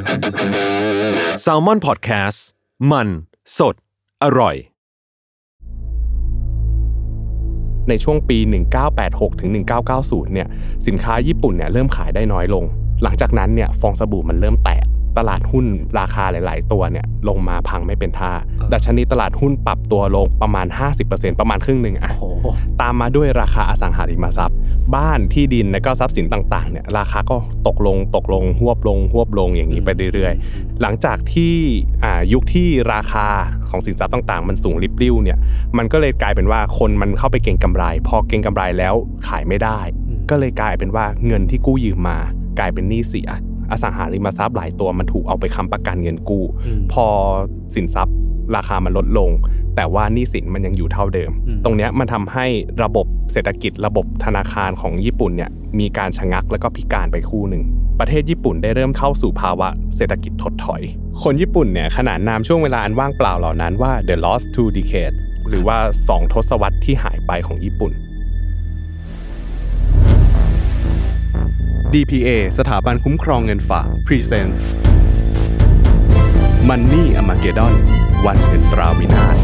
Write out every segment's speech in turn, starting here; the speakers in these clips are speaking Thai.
Salmon Podcast มันสดอร่อยในช่วงปี1986ถึง1990เนี่ยสินค้าญี่ปุ่นเนี่ยเริ่มขายได้น้อยลงหลังจากนั้นเนี่ยฟองสบู่มันเริ่มแตกตลาดหุ้นราคาหลายๆตัวเนี่ยลงมาพังไม่เป็นท่าดัชนีตลาดหุ้นปรับตัวลงประมาณ 50% ประมาณครึ่งนึงอ่ะตามมาด้วยราคาอสังหาริมทรัพย์บ้านที่ดินและก็ทรัพย์สินต่างๆเนี่ยราคาก็ตกลงหวบลงอย่างนี้ไปเรื่อยๆหลังจากที่ยุคที่ราคาของสินทรัพย์ต่างๆมันสูงริบลิ่วเนี่ยมันก็เลยกลายเป็นว่าคนมันเข้าไปเก็งกำไรพอเก็งกำไรแล้วขายไม่ได้ก็เลยกลายเป็นว่าเงินที่กู้ยืมมากลายเป็นหนี้เสียอสังหาริมทรัพย์หลายตัวมันถูกเอาไปค้ำประกันเงินกู้พอสินทรัพย์ราคามันลดลงแต่ว่าหนี้สินมันยังอยู่เท่าเดิมตรงนี้มันทำให้ระบบเศรษฐกิจระบบธนาคารของญี่ปุ่นเนี่ยมีการชะงักแล้วก็พิการไปคู่หนึ่งประเทศญี่ปุ่นได้เริ่มเข้าสู่ภาวะเศรษฐกิจถดถอยคนญี่ปุ่นเนี่ยขนานนามช่วงเวลาอันว่างเปล่าเหล่านั้นว่า the lost 2 decades หรือว่า2ทศวรรษที่หายไปของญี่ปุ่น DPA สถาบันคุ้มครองเงินฝาก Presents Money Armageddon วันเงินตราวินาศ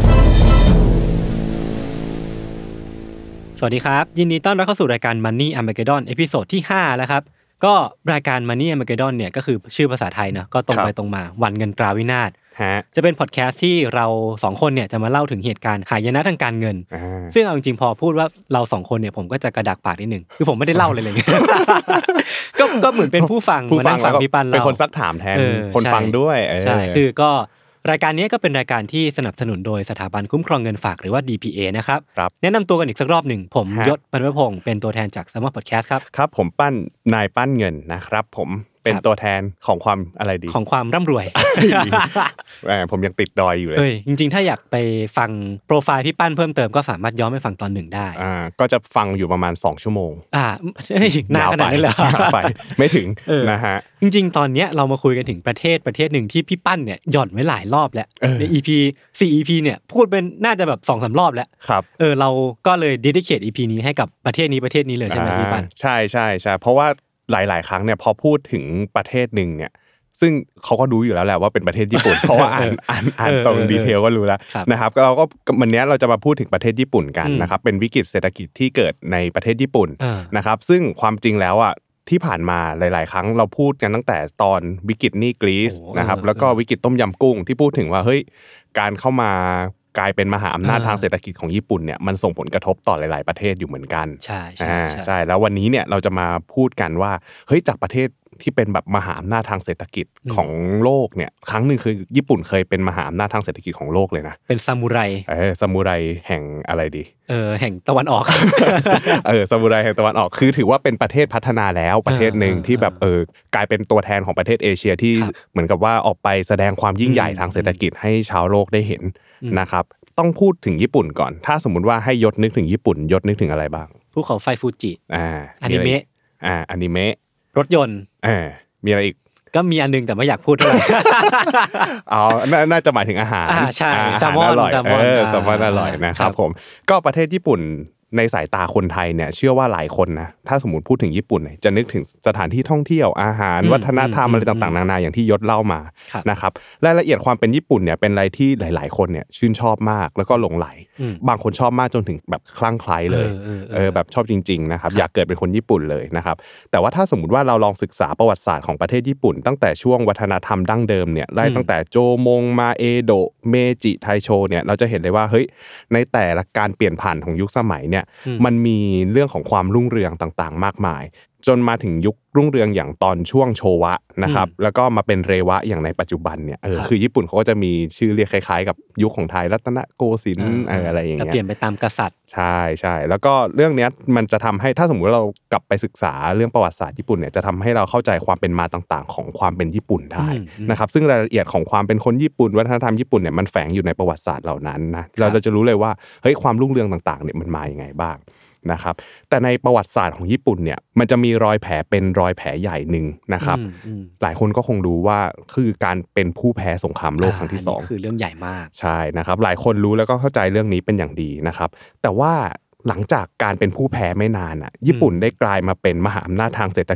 สวัสดีครับยินดีต้อนรับเข้าสู่รายการ Money Armageddon เอพิโซดที่5แล้วครับก็รายการ Money Armageddon เนี่ยก็คือชื่อภาษาไทยเนอะก็ตรงไปตรงมาวันเงินตราวินาศจะเป็นพอดแคสต์ที่เรา2คนเนี่ยจะมาเล่าถึงเหตุการณ์หายนะทางการเงินซึ่งเอาจริงๆพอพูดว่าเรา2คนเนี่ยผมก็จะกระดักปากนิดนึงคือผมไม่ได้เล่าเลยก็เหมือนเป็นผู้ฟังมานั่งฟังพี่ปันเล่าเป็นคนซักถามแทนคนฟังด้วยใช่คือก็รายการนี้ก็เป็นรายการที่สนับสนุนโดยสถาบันคุ้มครองเงินฝากหรือว่า DPA นะครับแนะนำตัวกันอีกสักรอบหนึ่งผมยศบรรพพงศ์เป็นตัวแทนจาก Salmon Podcast ครับครับผมปั้นนายปั้นเงินนะครับผมเป็นตัวแทนของความอะไรดีของความร่ำรวยผมยังติดดอยอยู่เลยจริงๆถ้าอยากไปฟังโปรไฟล์พี่ปั้นเพิ่มเติมก็สามารถย้อนไปฟังตอน1ได้ก็จะฟังอยู่ประมาณ2ชั่วโมงนานขนาดนี้เลยไปไม่ถึงนะฮะจริงๆตอนเนี้ยเรามาคุยกันถึงประเทศหนึ่งที่พี่ปั้นเนี่ยหย่อนไว้หลายรอบแล้วใน EP 4 EP เนี่ยพูดเป็นน่าจะแบบ 2-3 รอบแล้วครับเราก็เลย dedicate EP นี้ให้กับประเทศนี้เลยใช่มั้ยพี่ปั้นใช่ๆๆเพราะว่าหลายๆครั้งเนี่ยพอพูดถึงประเทศนึงเนี่ยซึ่งเขาก็รู้อยู่แล้วแหละว่าเป็นประเทศญี่ปุ่น เพราะว่าอ่านตรงดีเทลก็รู้แล้วนะครับเราก็วันนี้เราจะมาพูดถึงประเทศญี่ปุ่นกันนะครับเป็นวิกฤตเศรษฐกิจที่เกิดในประเทศญี่ปุ่นนะครับซึ่งความจริงแล้วอ่ะที่ผ่านมาหลายๆครั้งเราพูดกันตั้งแต่ตอนวิกฤตหนี้กรีซนะครับแล้วก็วิกฤตต้มยำกุ้งที่พูดถึงว่าเฮ้ยการเข้ามากลายเป็นมหาอำนาจทางเศรษฐกิจของญี่ปุ่นเนี่ยมันส่งผลกระทบต่อหลายๆประเทศอยู่เหมือนกันใช่แล้ววันนี้เนี่ยเราจะมาพูดกันว่าเฮ้ยจากประเทศที่เป็นแบบมหาอำนาจทางเศรษฐกิจของโลกเนี่ยครั้งนึงคือญี่ปุ่นเคยเป็นมหาอำนาจทางเศรษฐกิจของโลกเลยนะเป็นซามูไรซามูไรแห่งอะไรดีแห่งตะวันออกซามูไรแห่งตะวันออกคือถือว่าเป็นประเทศพัฒนาแล้วประเทศนึงที่แบบกลายเป็นตัวแทนของประเทศเอเชียที่เหมือนกับว่าออกไปแสดงความยิ่งใหญ่ทางเศรษฐกิจให้ชาวโลกได้เห็นนะครับต้องพูดถึงญี่ปุ่นก่อนถ้าสมมุติว่าให้ยศนึกถึงญี่ปุ่นยศนึกถึงอะไรบ้างภูเขาไฟฟูจิอนิเมะอนิเมะรถยนต์มีอะไรอีกก็มีอันนึงแต่ไม่อยากพูดเท่าไหร่น่าจะหมายถึงอาหารใช่แซลมอนอร่อยแซลมอนอร่อยนะครับผมก็ประเทศญี่ปุ่นในสายตาคนไทยเนี่ยเชื่อว่าหลายคนนะถ้าสมมุติพูดถึงญี่ปุ่นจะนึกถึงสถานที่ท่องเที่ยวอาหารวัฒนธรรมอะไรต่างๆนานาอย่างที่ยศเล่ามานะครับรายละเอียดความเป็นญี่ปุ่นเนี่ยเป็นอะไรที่หลายๆคนเนี่ยชื่นชอบมากแล้วก็หลงใหลบางคนชอบมากจนถึงแบบคลั่งไคล้เลยแบบชอบจริงๆนะครับอยากเกิดเป็นคนญี่ปุ่นเลยนะครับแต่ว่าถ้าสมมุติว่าเราลองศึกษาประวัติศาสตร์ของประเทศญี่ปุ่นตั้งแต่ช่วงวัฒนธรรมดั้งเดิมเนี่ยไล่ตั้งแต่โจมงมาเอโดะเมจิไทโชเนี่ยเราจะเห็นเลยว่าเฮ้ยในแต่ละการเปลี่ยนผ่านของยุคสมัยเนี่ยมันมีเรื่องของความรุ่งเรืองต่างๆมากมายจนมาถึงยุครุ่งเรืองอย่างตอนช่วงโชวะนะครับแล้วก็มาเป็นเรวะอย่างในปัจจุบันเนี่ยคือญี่ปุ่นเขาก็จะมีชื่อเรียกคล้ายๆกับยุคของไทยรัตนโกสินทร์อะไรอย่างเงี้ยเปลี่ยนไปตามกษัตริย์ใช่ๆแล้วก็เรื่องนี้มันจะทำให้ถ้าสมมุติเรากลับไปศึกษาเรื่องประวัติศาสตร์ญี่ปุ่นเนี่ยจะทำให้เราเข้าใจความเป็นมาต่างๆของความเป็นญี่ปุ่นได้นะครับซึ่งรายละเอียดของความเป็นคนญี่ปุ่นวัฒนธรรมญี่ปุ่นเนี่ยมันแฝงอยู่ในประวัติศาสตร์เหล่านั้นนะเราจะรู้เลยว่าเฮ้ยความรุ่งเรืองต่างๆเนี่ยมันมาอย่างไงบ้างนะครับแต่ในประวัติศาสตร์ของญี่ปุ่นเนี่ยมันจะมีรอยแผลเป็นรอยแผลใหญ่นึงนะครับหลายคนก็คงรู้ว่าคือการเป็นผู้แพ้สงครามโลกครั้งที่2 คือเรื่องใหญ่มากใช่นะครับหลายคนรู้แล้วก็เข้าใจเรื่องนี้เป็นอย่างดีนะครับแต่ว่าหลังจากการเป็นผู้แพ้ไม่นานญี่ปุ่นได้กลายมาเป็นมหาอำนาจทางเศรษฐกิจ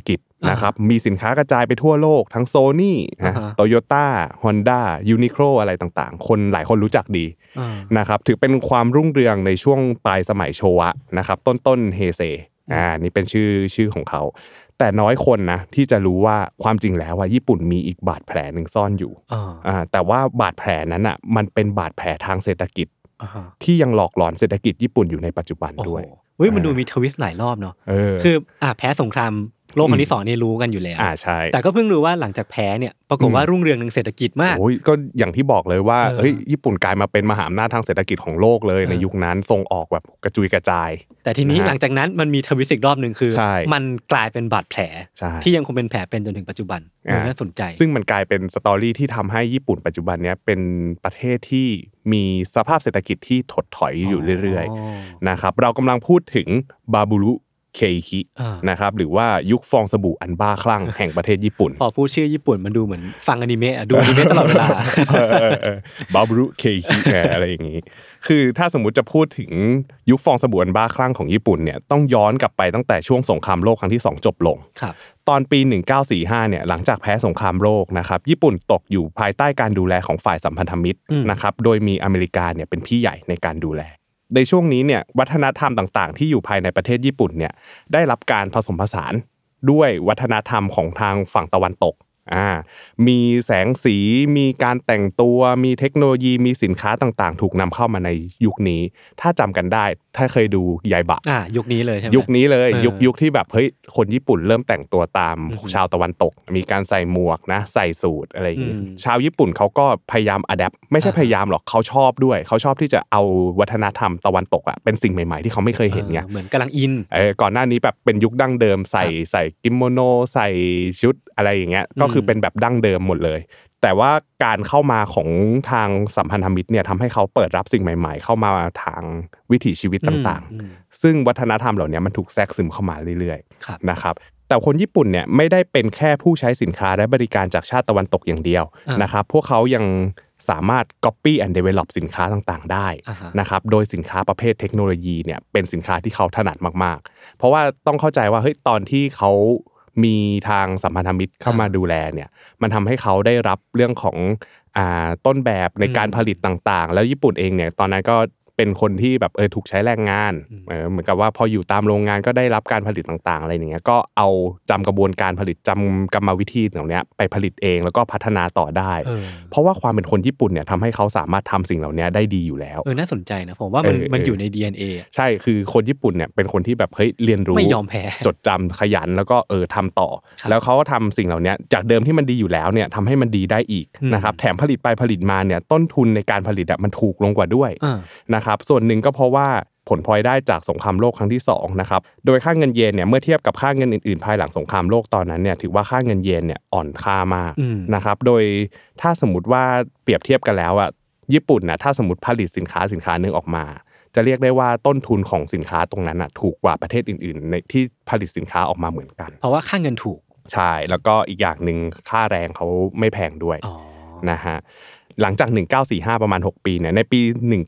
นะครับมีสินค้ากระจายไปทั่วโลกทั้ง Sony นะ Toyota Honda Uniqlo อะไรต่างๆคนหลายคนรู้จักดีนะครับถือเป็นความรุ่งเรืองในช่วงปลายสมัยโชวะนะครับต้นเฮเซนี่เป็นชื่อของเขาแต่น้อยคนนะที่จะรู้ว่าความจริงแล้วว่าญี่ปุ่นมีอีกบาดแผลนึงซ่อนอยู่แต่ว่าบาดแผลนั้นอ่ะมันเป็นบาดแผลทางเศรษฐกิจที่ยังหลอกหลอนเศรษฐกิจญี่ปุ่นอยู่ในปัจจุบันด้วยมันดูมีทวิสต์หลายรอบเนาะคือแพ้สงครามโลกครั้งที่2นี่รู้กันอยู่แล้วใช่แต่ก็เพิ่งรู้ว่าหลังจากแพ้เนี่ยปรากฏว่ารุ่งเรืองทางเศรษฐกิจมากก็อย่างที่บอกเลยว่าญี่ปุ่นกลายมาเป็นมหาอำนาจทางเศรษฐกิจของโลกเลยในยุคนั้นส่งออกแบบกระจุยกระจายแต่ทีนี้หลังจากนั้นมันมีทวิสต์อีกรอบนึงคือมันกลายเป็นบาดแผลที่ยังคงเป็นแผลเป็นจนถึงปัจจุบันน่าสนใจซึ่งมันกลายเป็นสตอรี่ที่ทำให้ญี่ปุ่นปัจจุบันเนี้ยเป็นประเทศที่มีสภาพเศรษฐกิจที่ถดถอยอยู่เรื่อยๆนะครับเรากำลังพูดถึงบาบูรุเคอิคินะครับหรือว่ายุคฟองสบู่อันบ้าคลั่งแห่งประเทศญี่ปุ่นพอพูดชื่อญี่ปุ่นมันดูเหมือนฟังอนิเมะดูอนิเมะตลอดเวลาบาบูรุเคอิคิอะไรอย่างงี้คือถ้าสมมุติจะพูดถึงยุคฟองสบู่อันบ้าคลั่งของญี่ปุ่นเนี่ยต้องย้อนกลับไปตั้งแต่ช่วงสงครามโลกครั้งที่2จบลงตอนปี1945เนี่ยหลังจากแพ้สงครามโลกนะครับญี่ปุ่นตกอยู่ภายใต้การดูแลของฝ่ายสัมพันธมิตรนะครับโดยมีอเมริกาเนี่ยเป็นพี่ใหญ่ในการดูแลในช่วงนี้เนี่ยวัฒนธรรมต่างๆที่อยู่ภายในประเทศญี่ปุ่นเนี่ยได้รับการผสมผสานด้วยวัฒนธรรมของทางฝั่งตะวันตกมีแสงสีมีการแต่งตัวมีเทคโนโลยีมีสินค้าต่างๆถูกนำเข้ามาในยุคนี้ถ้าจำกันได้ถ้าเคยดูยายบะยุคนี้เลยใช่ไหมยุคนี้เลยยุคที่แบบเฮ้ยคนญี่ปุ่นเริ่มแต่งตัวตามชาวตะวันตกมีการใส่หมวกนะใส่สูทอะไรอย่างงี้ชาวญี่ปุ่นเขาก็พยายามอะแดปไม่ใช่พยายามหรอกเขาชอบด้วยเขาชอบที่จะเอาวัฒนธรรมตะวันตกเป็นสิ่งใหม่ๆที่เขาไม่เคยเห็นไงเหมือนกำลังอินก่อนหน้านี้แบบเป็นยุคดั้งเดิมใส่กิโมโนใส่ชุดอะไรอย่างเงี้ยก็คือเป็นแบบดั้งเดิมหมดเลยแต่ว่าการเข้ามาของทางสัมพันธมิตรเนี่ยทำให้เขาเปิดรับสิ่งใหม่ๆเข้ามาทางวิถีชีวิตต่างๆซึ่งวัฒนธรรมเหล่านี้มันถูกแทรกซึมเข้ามาเรื่อยๆนะครับแต่คนญี่ปุ่นเนี่ยไม่ได้เป็นแค่ผู้ใช้สินค้าและบริการจากชาติตะวันตกอย่างเดียวนะครับพวกเขายังสามารถ copy and develop สินค้าต่างๆได้นะครับโดยสินค้าประเภทเทคโนโลยีเนี่ยเป็นสินค้าที่เขาถนัดมากๆเพราะว่าต้องเข้าใจว่าเฮ้ยตอนที่เขามีทางสัมพันธมิตรเข้ามาดูแลเนี่ยมันทำให้เขาได้รับเรื่องของต้นแบบในการผลิตต่างๆแล้วญี่ปุ่นเองเนี่ยตอนนั้นก็เป็นคนที่แบบถูกใช้แรงงานเหมือนกับว่าพออยู่ตามโรงงานก็ได้รับการผลิตต่างๆอะไรอย่างเงี้ยก็เอาจำกระบวนการผลิตจำกรรมวิธีเหล่านี้ไปผลิตเองแล้วก็พัฒนาต่อได้เพราะว่าความเป็นคนญี่ปุ่นเนี่ยทำให้เขาสามารถทำสิ่งเหล่านี้ได้ดีอยู่แล้วน่าสนใจนะผมว่ามันอยู่ใน DNA ใช่คือคนญี่ปุ่นเนี่ยเป็นคนที่แบบเฮ้ยเรียนรู้ไม่ยอมแพ้จดจำขยันแล้วก็ทำต่อแล้วเขาก็ทำสิ่งเหล่านี้จากเดิมที่มันดีอยู่แล้วเนี่ยทำให้มันดีได้อีกนะครับแถมผลิตไปผลิตมาเนี่ยต้นทุนในการผลิตมันถูกลงกว่าด้วยนะครับส่วนหนึ่งก็เพราะว่าผลพลอยได้จากสงครามโลกครั้งที่2นะครับโดยค่าเงินเยนเนี่ยเมื่อเทียบกับค่าเงินอื่นๆภายหลังสงครามโลกตอนนั้นเนี่ยถือว่าค่าเงินเยนเนี่ยอ่อนค่ามากนะครับโดยถ้าสมมุติว่าเปรียบเทียบกันแล้วญี่ปุ่นนะถ้าสมมุติผลิตสินค้านึงออกมาจะเรียกได้ว่าต้นทุนของสินค้าตรงนั้นถูกกว่าประเทศอื่นๆในที่ผลิตสินค้าออกมาเหมือนกันเพราะว่าค่าเงินถูกใช่แล้วก็อีกอย่างนึงค่าแรงเขาไม่แพงด้วยนะฮะหลังจาก1945ประมาณ6ปีเนี่ยในปี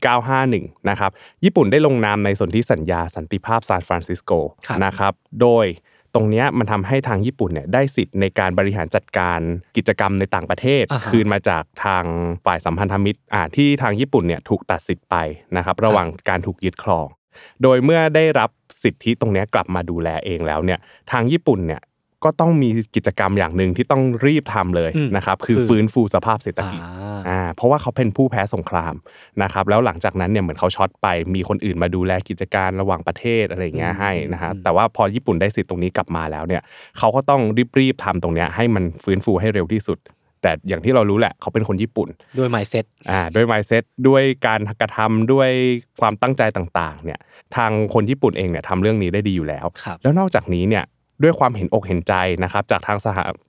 1951นะครับญี่ปุ่นได้ลงนามในสนธิสัญญาสันติภาพซานฟรานซิสโกนะครับโดยตรงนี้มันทำให้ทางญี่ปุ่นเนี่ยได้สิทธิ์ในการบริหารจัดการกิจกรรมในต่างประเทศคืนมาจากทางฝ่ายสัมพันธมิตรที่ทางญี่ปุ่นเนี่ยถูกตัดสิทธิ์ไปนะครับระหว่างการถูกยึดครองโดยเมื่อได้รับสิทธิตรงนี้กลับมาดูแลเองแล้วเนี่ยทางญี่ปุ่นเนี่ยก็ต้องมีกิจกรรมอย่างนึงที่ต้องรีบทำเลยนะครับคือฟื้นฟูสภาพเศรษฐกิจเพราะว่าเขาเป็นผู้แพ้สงครามนะครับแล้วหลังจากนั้นเนี่ยเหมือนเขาช็อตไปมีคนอื่นมาดูแลกิจการระหว่างประเทศอะไรอย่างเงี้ยให้นะฮะแต่ว่าพอญี่ปุ่นได้สิทธิ์ตรงนี้กลับมาแล้วเนี่ยเขาก็ต้องรีบทำตรงเนี้ยให้มันฟื้นฟูให้เร็วที่สุดแต่อย่างที่เรารู้แหละเขาเป็นคนญี่ปุ่นด้วย mindset ด้วย mindset ด้วยการกระทำด้วยความตั้งใจต่างๆเนี่ยทางคนญี่ปุ่นเองเนี่ยทำเรื่องนี้ได้ดีอยู่แล้วแล้วนอกจากนี้เนี่ยด้วยความเห็นอกเห็นใจนะครับจากทาง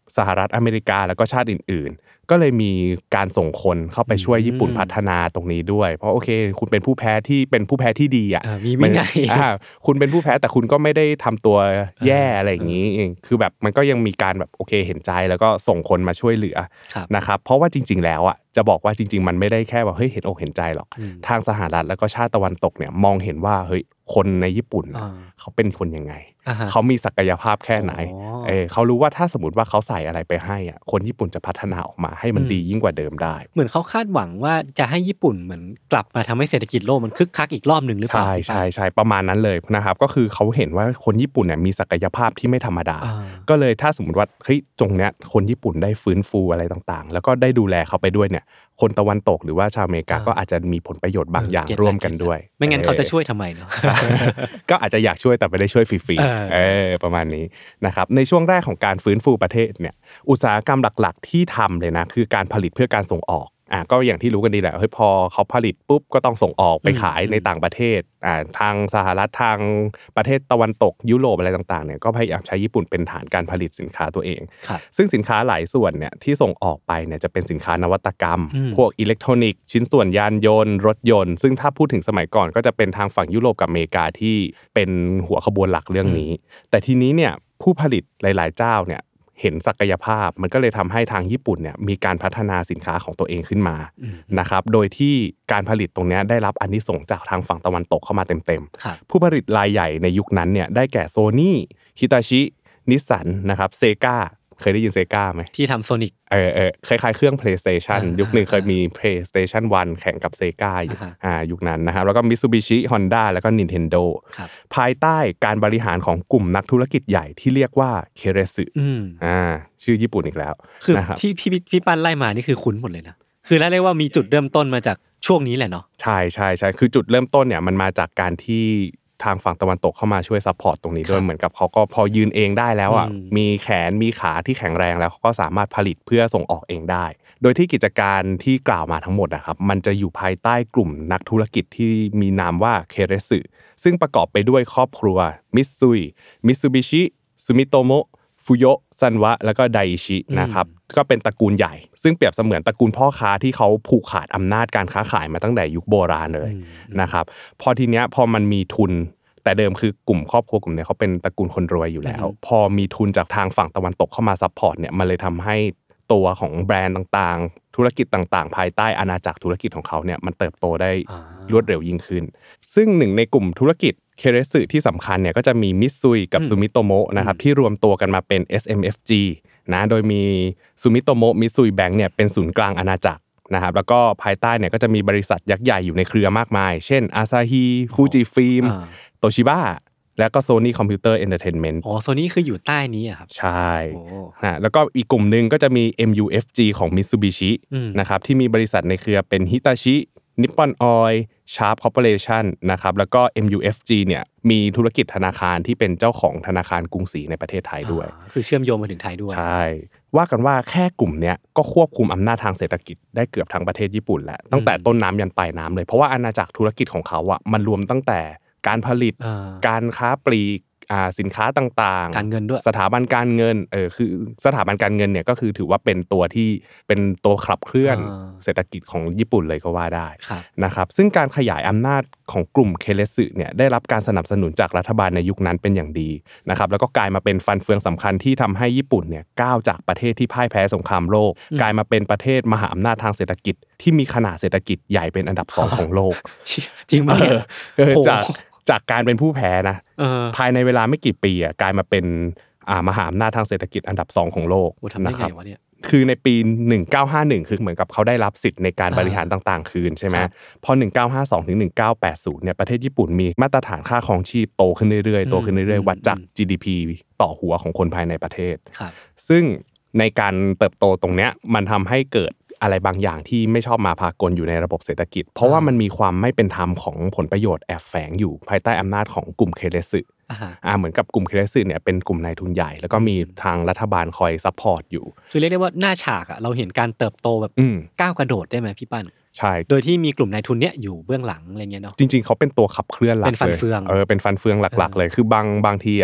สหรัฐอเมริกาแล้วก็ชาติอื่นๆก็เลยมีการส่งคนเข้าไปช่วยญี่ปุ่นพัฒนาตรงนี้ด้วยเพราะโอเคคุณเป็นผู้แพ้ที่ดีอ่ะมีวินัยคุณเป็นผู้แพ้แต่คุณก็ไม่ได้ทำตัวแย่อะไรอย่างนี้เองคือแบบมันก็ยังมีการแบบโอเคเห็นใจแล้วก็ส่งคนมาช่วยเหลือนะครับเพราะว่าจริงๆแล้วอ่ะจะบอกว่าจริงๆมันไม่ได้แค่ว่าเฮ้ยเห็นอกเห็นใจหรอกทางสหรัฐแล้วก็ชาติตะวันตกเนี่ยมองเห็นว่าเฮ้ยคนในญี่ปุ่นเขาเป็นคนยังไงเขามีศักยภาพแค่ไหนเขารู้ว่าถ้าสมมติว่าเขาใส่อะไรไปให้อ่ะคนญี่ปุ่นจะพัฒนาออกมาให้มันดียิ่งกว่าเดิมได้เหมือนเขาคาดหวังว่าจะให้ญี่ปุ่นเหมือนกลับมาทำให้เศรษฐกิจโลกมันคึกคักอีกรอบนึงหรือเปล่าใช่ประมาณนั้นเลยนะครับก็คือเขาเห็นว่าคนญี่ปุ่นเนี่ยมีศักยภาพที่ไม่ธรรมดาก็เลยถ้าสมมติว่าเฮ้ยตรงเนี้ยคนญี่ปุ่นได้ฟื้นฟูอะไรต่างๆแล้วก็ได้ดูแลเขาไปด้วยเนี่ยคนตะวันตกหรือว่าชาวอเมริกาก็อาจจะมีผลประโยชน์บางอย่างร่วมกันด้วยไม่งั้นเขาจะช่วยทำไมเนาะก็อาจจะอยากช่วยแต่ไม่ได้ช่วยฟรีๆประมาณนี้นะครับในช่วงแรกของการฟื้นฟูประเทศเนี่ยอุตสาหกรรมหลักๆที่ทำเลยนะคือการผลิตเพื่อการส่งออกก็อย่างที่รู้กันดีแหละเฮ้ยพอเขาผลิตปุ๊บก็ต้องส่งออกไปขายในต่างประเทศทางสหรัฐทางประเทศตะวันตกยุโรปอะไรต่างๆเนี่ยก็พยายามใช้ญี่ปุ่นเป็นฐานการผลิตสินค้าตัวเองซึ่งสินค้าหลายส่วนเนี่ยที่ส่งออกไปเนี่ยจะเป็นสินค้านวัตกรรมพวกอิเล็กทรอนิกส์ชิ้นส่วนยานยนต์รถยนต์ซึ่งถ้าพูดถึงสมัยก่อนก็จะเป็นทางฝั่งยุโรปกับอเมริกาที่เป็นหัวขบวนหลักเรื่องนี้แต่ทีนี้เนี่ยผู้ผลิตหลายๆเจ้าเนี่ยเห็นศักยภาพมันก็เลยทำให้ทางญี่ปุ่นเนี่ยมีการพัฒนาสินค้าของตัวเองขึ้นมานะครับโดยที่การผลิตตรงนี้ได้รับอานิสงส์จากทางฝั่งตะวันตกเข้ามาเต็มๆผู้ผลิตรายใหญ่ในยุคนั้นเนี่ยได้แก่ Sony Hitachi Nissan นะครับเซกาเคยได้ยินเซกาไหมที่ทำโซนิกคล้ายๆเครื่อง PlayStation ยุคนึงเคยมี PlayStation 1 แข่งกับเซกาอยู่ยุคนั้นนะครับแล้วก็ Mitsubishi Honda แล้วก็ Nintendo ภายใต้การบริหารของกลุ่มนักธุรกิจใหญ่ที่เรียกว่า Keresu ชื่อญี่ปุ่นอีกแล้วคือที่พี่ปั้นไล่มานี่คือคุ้นหมดเลยนะคือแล้วเรียกว่ามีจุดเริ่มต้นมาจากช่วงนี้แหละเนาะใช่คือจุดเริ่มต้นเนี่ยมันมาจากการที่ทางฝั่งตะวันตกเข้ามาช่วยซัพพอร์ตตรงนี้ด้วยเหมือนกับเขาก็พอยืนเองได้แล้วอ่ะมีแขนมีขาที่แข็งแรงแล้วเขาก็สามารถผลิตเพื่อส่งออกเองได้โดยที่กิจการที่กล่าวมาทั้งหมดนะครับมันจะอยู่ภายใต้กลุ่มนักธุรกิจที่มีนามว่าเคเรสึซึ่งประกอบไปด้วยครอบครัวมิตซุยมิตซูบิชิซูมิโตโมะฟุโยะซันวะแล้วก็ไดอิชินะครับก็เป็นตระกูลใหญ่ซึ่งเปรียบเสมือนตระกูลพ่อค้าที่เขาผูกขาดอำนาจการค้าขายมาตั้งแต่ยุคโบราณเลยนะครับพอทีเนี้ยพอมันมีทุนแต่เดิมคือกลุ่มครอบครัวกลุ่มนี้เขาเป็นตระกูลคนรวยอยู่แล้วพอมีทุนจากทางฝั่งตะวันตกเข้ามาซัพพอร์ตเนี่ยมันเลยทำให้ตัวของแบรนด์ต่างๆธุรกิจต่างๆภายใต้อาณาจักรธุรกิจของเขาเนี่ยมันเติบโตได้รวดเร็วยิ่งขึ้นซึ่งหนึ่งในกลุ่มธุรกิจเคเรสึที่สำคัญเนี่ยก็จะมีมิตซุยกับซูมิโตโมะนะครับที่รวมตัวกันมาเป็น SMFG นะโดยมีซูมิโตโมะมิตซุยแบงค์เนี่ยเป็นศูนย์กลางอาณาจักรนะครับแล้วก็ภายใต้เนี่ยก็จะมีบริษัทยักษ์ใหญ่อยู่ในเครือมากมายเช่นอาซาฮิฟูจิฟิล์มโตชิบะแล้วก็ Sony Computer Entertainment Sony คืออยู่ใต้นี้อ่ะครับใช่แล้วก็อีกกลุ่มนึงก็จะมี MUFG ของ Mitsubishi นะครับที่มีบริษัทในเครือเป็น Hitachi Nippon Oil Sharp Corporation นะครับแล้วก็ MUFG เนี่ยมีธุรกิจธนาคารที่เป็นเจ้าของธนาคารกรุงศรีในประเทศไทยด้วยคือเชื่อมโยงมาถึงไทยด้วยใช่ว่ากันว่าแค่กลุ่มเนี้ยก็ควบคุมอำนาจทางเศรษฐกิจได้เกือบทั้งประเทศญี่ปุ่นแล้วตั้งแต่ต้นน้ำยันปลายน้ำเลยเพราะว่าอาณาจักรธุรกิจของเขาอ่ะมันรวมตั้งแต่การผลิตการค้าปลีกสินค้าต่างๆการเงินด้วยสถาบันการเงินคือสถาบันการเงินเนี่ยก็คือถือว่าเป็นตัวที่เป็นตัวขับเคลื่อนเศรษฐกิจของญี่ปุ่นเลยก็ว่าได้นะครับซึ่งการขยายอำนาจของกลุ่มเคเรสึเนี่ยได้รับการสนับสนุนจากรัฐบาลในยุคนั้นเป็นอย่างดีนะครับแล้วก็กลายมาเป็นฟันเฟืองสำคัญที่ทำให้ญี่ปุ่นเนี่ยก้าวจากประเทศที่พ่ายแพ้สงครามโลกกลายมาเป็นประเทศมหาอำนาจทางเศรษฐกิจที่มีขนาดเศรษฐกิจใหญ่เป็นอันดับ2ของโลกจริงมั้ยจากการเป็นผู้แพ้นะภายในเวลาไม่กี่ปีกลายมาเป็นมหาอำนาจทางเศรษฐกิจอันดับ2ของโลกนะครับคือในปี1951คือเหมือนกับเขาได้รับสิทธิ์ในการบริหารต่างๆคืนใช่ไหมพอ1952ถึง1980เนี่ยประเทศญี่ปุ่นมีมาตรฐานค่าครองชีพโตขึ้นเรื่อยๆวัดจาก GDP ต่อหัวของคนภายในประเทศซึ่งในการเติบโตตรงเนี้ยมันทำให้เกิดอะไรบางอย่างที่ไม่ชอบมาพากลอยู่ในระบบเศรษฐกิจเพราะว่ามันมีความไม่เป็นธรรมของผลประโยชน์แอบแฝงอยู่ภายใต้อำนาจของกลุ่มเคเรสึเหมือนกับกลุ่มเคเรสึเนี่ยเป็นกลุ่มนายทุนใหญ่แล้วก็มีทางรัฐบาลคอยซัพพอร์ตอยู่คือเรียกได้ว่าหน้าฉากอ่ะเราเห็นการเติบโตแบบก้าวกระโดดได้ไหมพี่ปั้นใช่โดยที่มีกลุ่มนายทุนเนี่ยอยู่เบื้องหลังอะไรเงี้ยเนาะจริงๆเขาเป็นตัวขับเคลื่อนหลักเป็นฟันเฟืองเป็นฟันเฟืองหลักๆเลยคือบางทีอ่ะ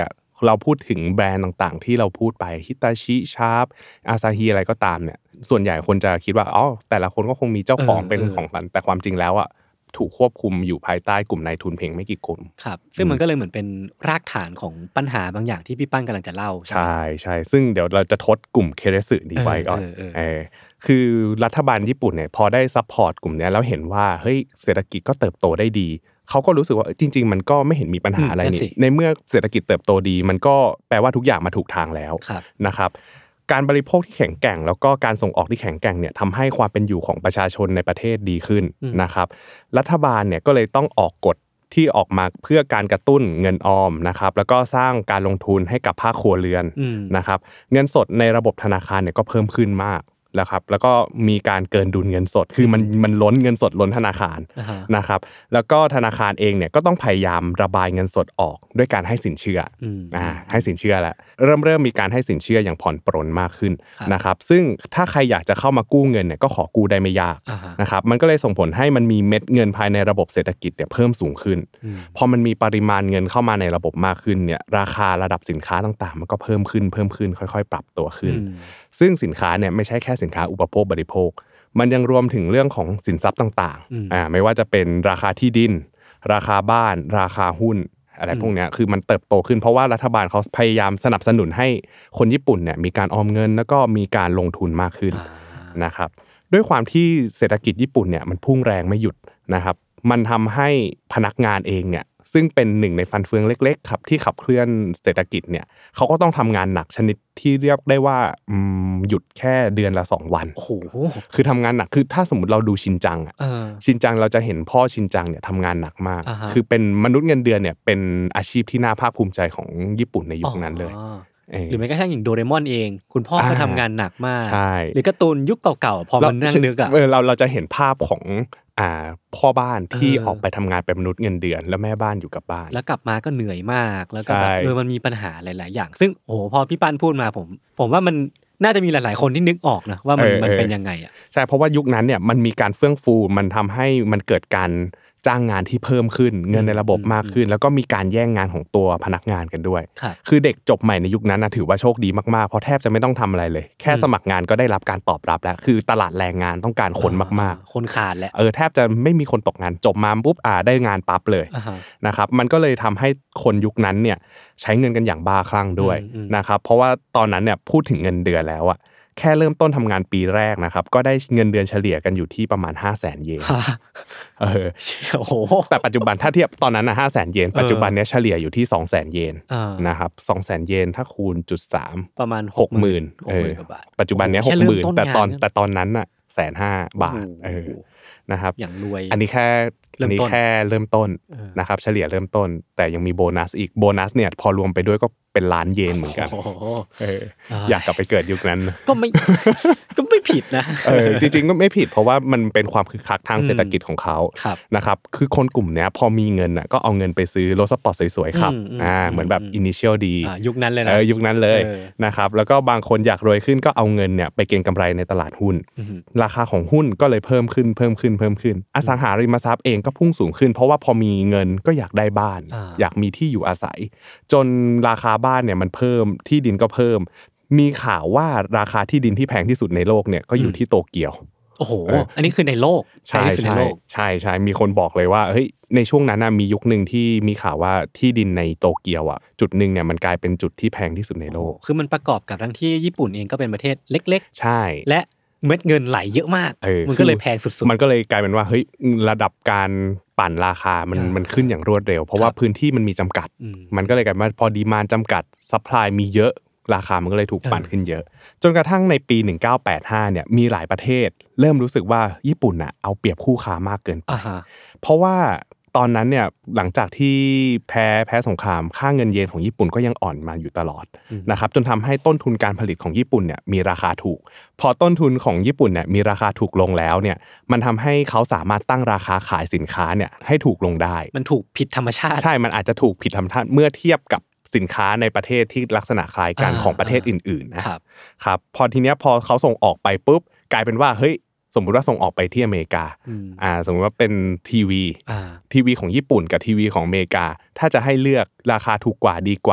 เราพูดถึงแบรนด์ต่างๆที่เราพูดไปฮิตาชิชาร์ปอาซาฮีอะไรก็ตามเนี่ยส่วนใหญ่คนจะคิดว่าอ๋อแต่ละคนก็คงมีเจ้าของเป็นของกันแต่ความจริงแล้วอ่ะถูกควบคุมอยู่ภายใต้กลุ่มนายทุนเพียงไม่กี่คนครับซึ่งมันก็เลยเหมือนเป็นรากฐานของปัญหาบางอย่างที่พี่ปั้นกำลังจะเล่าใช่ๆซึ่งเดี๋ยวเราจะทดกลุ่มเคเรสึดีไว้ก่อนคือรัฐบาลญี่ปุ่นเนี่ยพอได้ซัพพอร์ตกลุ่มนี้แล้วเห็นว่าเฮ้ยเศรษฐกิจก็เติบโตได้ดีเขาก็รู้สึกว่าจริงๆมันก็ไม่เห็นมีปัญหาอะไรนี่ในเมื่อเศรษฐกิจเติบโตดีมันก็แปลว่าทุกอย่างมาถูกทางแล้วนะครับการบริโภคที่แข็งแกร่งแล้วก็การส่งออกที่แข็งแกร่งเนี่ยทำให้ความเป็นอยู่ของประชาชนในประเทศดีขึ้นนะครับรัฐบาลเนี่ยก็เลยต้องออกกฎที่ออกมาเพื่อการกระตุ้นเงินออมนะครับแล้วก็สร้างการลงทุนให้กับภาคครัวเรือนนะครับเงินสดในระบบธนาคารเนี่ยก็เพิ่มขึ้นมากแล้วก็มีการเกินดุลเงินสดคือมันล้นเงินสดล้นธนาคารนะครับแล้วก็ธนาคารเองเนี่ยก็ต้องพยายามระบายเงินสดออกด้วยการให้สินเชื่อให้สินเชื่อแล้วเริ่มมีการให้สินเชื่ออย่างผ่อนปรนมากขึ้นนะครับซึ่งถ้าใครอยากจะเข้ามากู้เงินเนี่ยก็ขอกู้ได้ไม่ยากนะครับมันก็เลยส่งผลให้มันมีเม็ดเงินภายในระบบเศรษฐกิจเนี่ยเพิ่มสูงขึ้นพอมันมีปริมาณเงินเข้ามาในระบบมากขึ้นเนี่ยราคาระดับสินค้าต่างๆมันก็เพิ่มขึ้นค่อยๆปรับตัวขึ้นซึ่งสินค้าเนี่ยไม่ใช่แค่สินค้าอุปโภคบริโภคมันยังรวมถึงเรื่องของสินทรัพย์ต่างๆไม่ว่าจะเป็นราคาที่ดินราคาบ้านราคาหุ้นอะไรพวกนี้คือมันเติบโตขึ้นเพราะว่ารัฐบาลเขาพยายามสนับสนุนให้คนญี่ปุ่นเนี่ยมีการออมเงินแล้วก็มีการลงทุนมากขึ้นนะครับด้วยความที่เศรษฐกิจญี่ปุ่นเนี่ยมันพุ่งแรงไม่หยุดนะครับมันทำให้พนักงานเองเนี่ยซึ่งเป็นหนึ่งในฟันเฟืองเล็กๆครับที่ขับเคลื่อนเศรษฐกิจเนี่ยเขาก็ต้องทำงานหนักชนิดที่เรียกได้ว่าหยุดแค่เดือนละ2วันโอ้โหคือทำงานหนักคือถ้าสมมติเราดูชินจังชินจังเราจะเห็นพ่อชินจังเนี่ยทำงานหนักมากคือเป็นมนุษย์เงินเดือนเนี่ยเป็นอาชีพที่น่าภาคภูมิใจของญี่ปุ่นในยุคนั้นเลยหรือแม้กระทั่งอย่างโดเรมอนเองคุณพ่อก็ทำงานหนักมากหรือการ์ตูนยุคเก่าๆพอมันนั่งนึกเราจะเห็นภาพของพ่อบ้านที่ออกไปทำงานเป็นมนุษย์เงินเดือนแล้วแม่บ้านอยู่กับบ้านแล้วกลับมาก็เหนื่อยมากแล้วก็แบบมันมีปัญหาหลายๆอย่างซึ่งโอ้โหพอพี่ปั้นพูดมาผมว่ามันน่าจะมีหลายๆคนที่นึกออกนะว่ามันเป็นยังไงอ่ะใช่เพราะว่ายุคนั้นเนี่ยมันมีการเฟื่องฟูมันทำให้มันเกิดการจ้างงานที่เพิ่มขึ้นเงินในระบบมากขึ้นแล้วก็มีการแย่งงานของตัวพนักงานกันด้วยคือเด็กจบใหม่ในยุคนั้นนะถือว่าโชคดีมากๆเพราะแทบจะไม่ต้องทำอะไรเลยแค่สมัครงานก็ได้รับการตอบรับแล้วคือตลาดแรงงานต้องการคนมากๆคนขาดแล้วแทบจะไม่มีคนตกงานจบมาปุ๊บได้งานปั๊บเลยนะครับมันก็เลยทำให้คนยุคนั้นเนี่ยใช้เงินกันอย่างบ้าคลั่งด้วยนะครับเพราะว่าตอนนั้นเนี่ยพูดถึงเงินเดือนแล้วอะแค่เริ่มต้นทำงานปีแรกนะครับก็ได้เงินเดือนเฉลี่ยกันอยู่ที่ประมาณ 500,000 เยนโอ้โหแต่ปัจจุบันถ้าเทียบตอนนั้นนะ 500,000 เยนปัจจุบันเนี้ยเฉลี่ยอยู่ที่ 200,000 เยนนะครับ 200,000 เยนถ้าคูณ .3 ประมาณ 60,000 กว่าบาทปัจจุบันเนี้ย 60,000 แต่ตอนนั้นน่ะ 150,000 บาทนะครับอย่างรวยอันนี้แค่เริ่มต้นนะครับเฉลี่ยเริ่มต้นแต่ยังมีโบนัสอีกโบนัสเนี่ยพอรวมไปด้วยก็เป็นล้านเยนเหมือนกันอยากกลับไปเกิดยุคนั้นก็ไม่ผิดนะจริงๆก็ไม่ผิดเพราะว่ามันเป็นความคึกคักทางเศรษฐกิจของเขานะครับคือคนกลุ่มเนี้ยพอมีเงินน่ะก็เอาเงินไปซื้อรถสปอร์ตสวยๆขับเหมือนแบบ initial D ยุคนั้นเลยนะยุคนั้นเลยนะครับแล้วก็บางคนอยากรวยขึ้นก็เอาเงินเนี่ยไปเก็งกำไรในตลาดหุ้นราคาของหุ้นก็เลยเพิ่มขึ้นอสังหาริมทรัพย์เองก็พุ่งสูงขึ้นเพราะว่าพอมีเงินก็อยากได้บ้านอยากมีที่อยู่อาศัยจนราคาบ้านเนี่ยมันเพิ่มที่ดินก็เพิ่มมีข่าวว่าราคาที่ดินที่แพงที่สุดในโลกเนี่ยก็อยู่ที่โตเกียวโอ้โหอันนี้คือในโลกใช่มีคนบอกเลยว่าเฮ้ยในช่วงนั้นนะมียุคนึงที่มีข่าวว่าที่ดินในโตเกียวอ่ะจุดนึงเนี่ยมันกลายเป็นจุดที่แพงที่สุดในโลกคือมันประกอบกับทั้งที่ญี่ปุ่นเองก็เป็นประเทศเล็กๆใช่และเม็ดเงินไหลเยอะมากมันก็เลยแพงสุดๆมันก็เลยกลายเป็นว่าเฮ้ยระดับการปั่นราคามันขึ้นอย่างรวดเร็วเพราะว่าพื้นที่มันมีจำกัดมันก็เลยกลายเป็นว่าพอดีมานด์จำกัดซัพพลายมีเยอะราคามันก็เลยถูกปั่นขึ้นเยอะจนกระทั่งในปี1985เนี่ยมีหลายประเทศเริ่มรู้สึกว่าญี่ปุ่นน่ะเอาเปรียบคู่ค้ามากเกินไปเพราะว่าตอนนั้นเนี่ยหลังจากที่แพ้สงครามค่าเงินเยนของญี่ปุ่นก็ยังอ่อนมาอยู่ตลอดนะครับจนทำให้ต้นทุนการผลิตของญี่ปุ่นเนี่ยมีราคาถูกพอต้นทุนของญี่ปุ่นเนี่ยมีราคาถูกลงแล้วเนี่ยมันทำให้เขาสามารถตั้งราคาขายสินค้าเนี่ยให้ถูกลงได้มันถูกผิดธรรมชาติใช่มันอาจจะถูกผิดธรรมชาติเมื่อเทียบกับสินค้าในประเทศที่ลักษณะคล้ายกันของประเทศอื่นๆนะครับพอทีเนี้ยพอเขาส่งออกไปปุ๊บกลายเป็นว่าเฮ้ยสมมุติว่าส่งออกไปที่อเมริกาสมมุติว่าเป็นทีวีของญี่ปุ่นกับทีวีของอเมริกาถ้าจะให้เลือกราคาถูกกว่าดีกว่า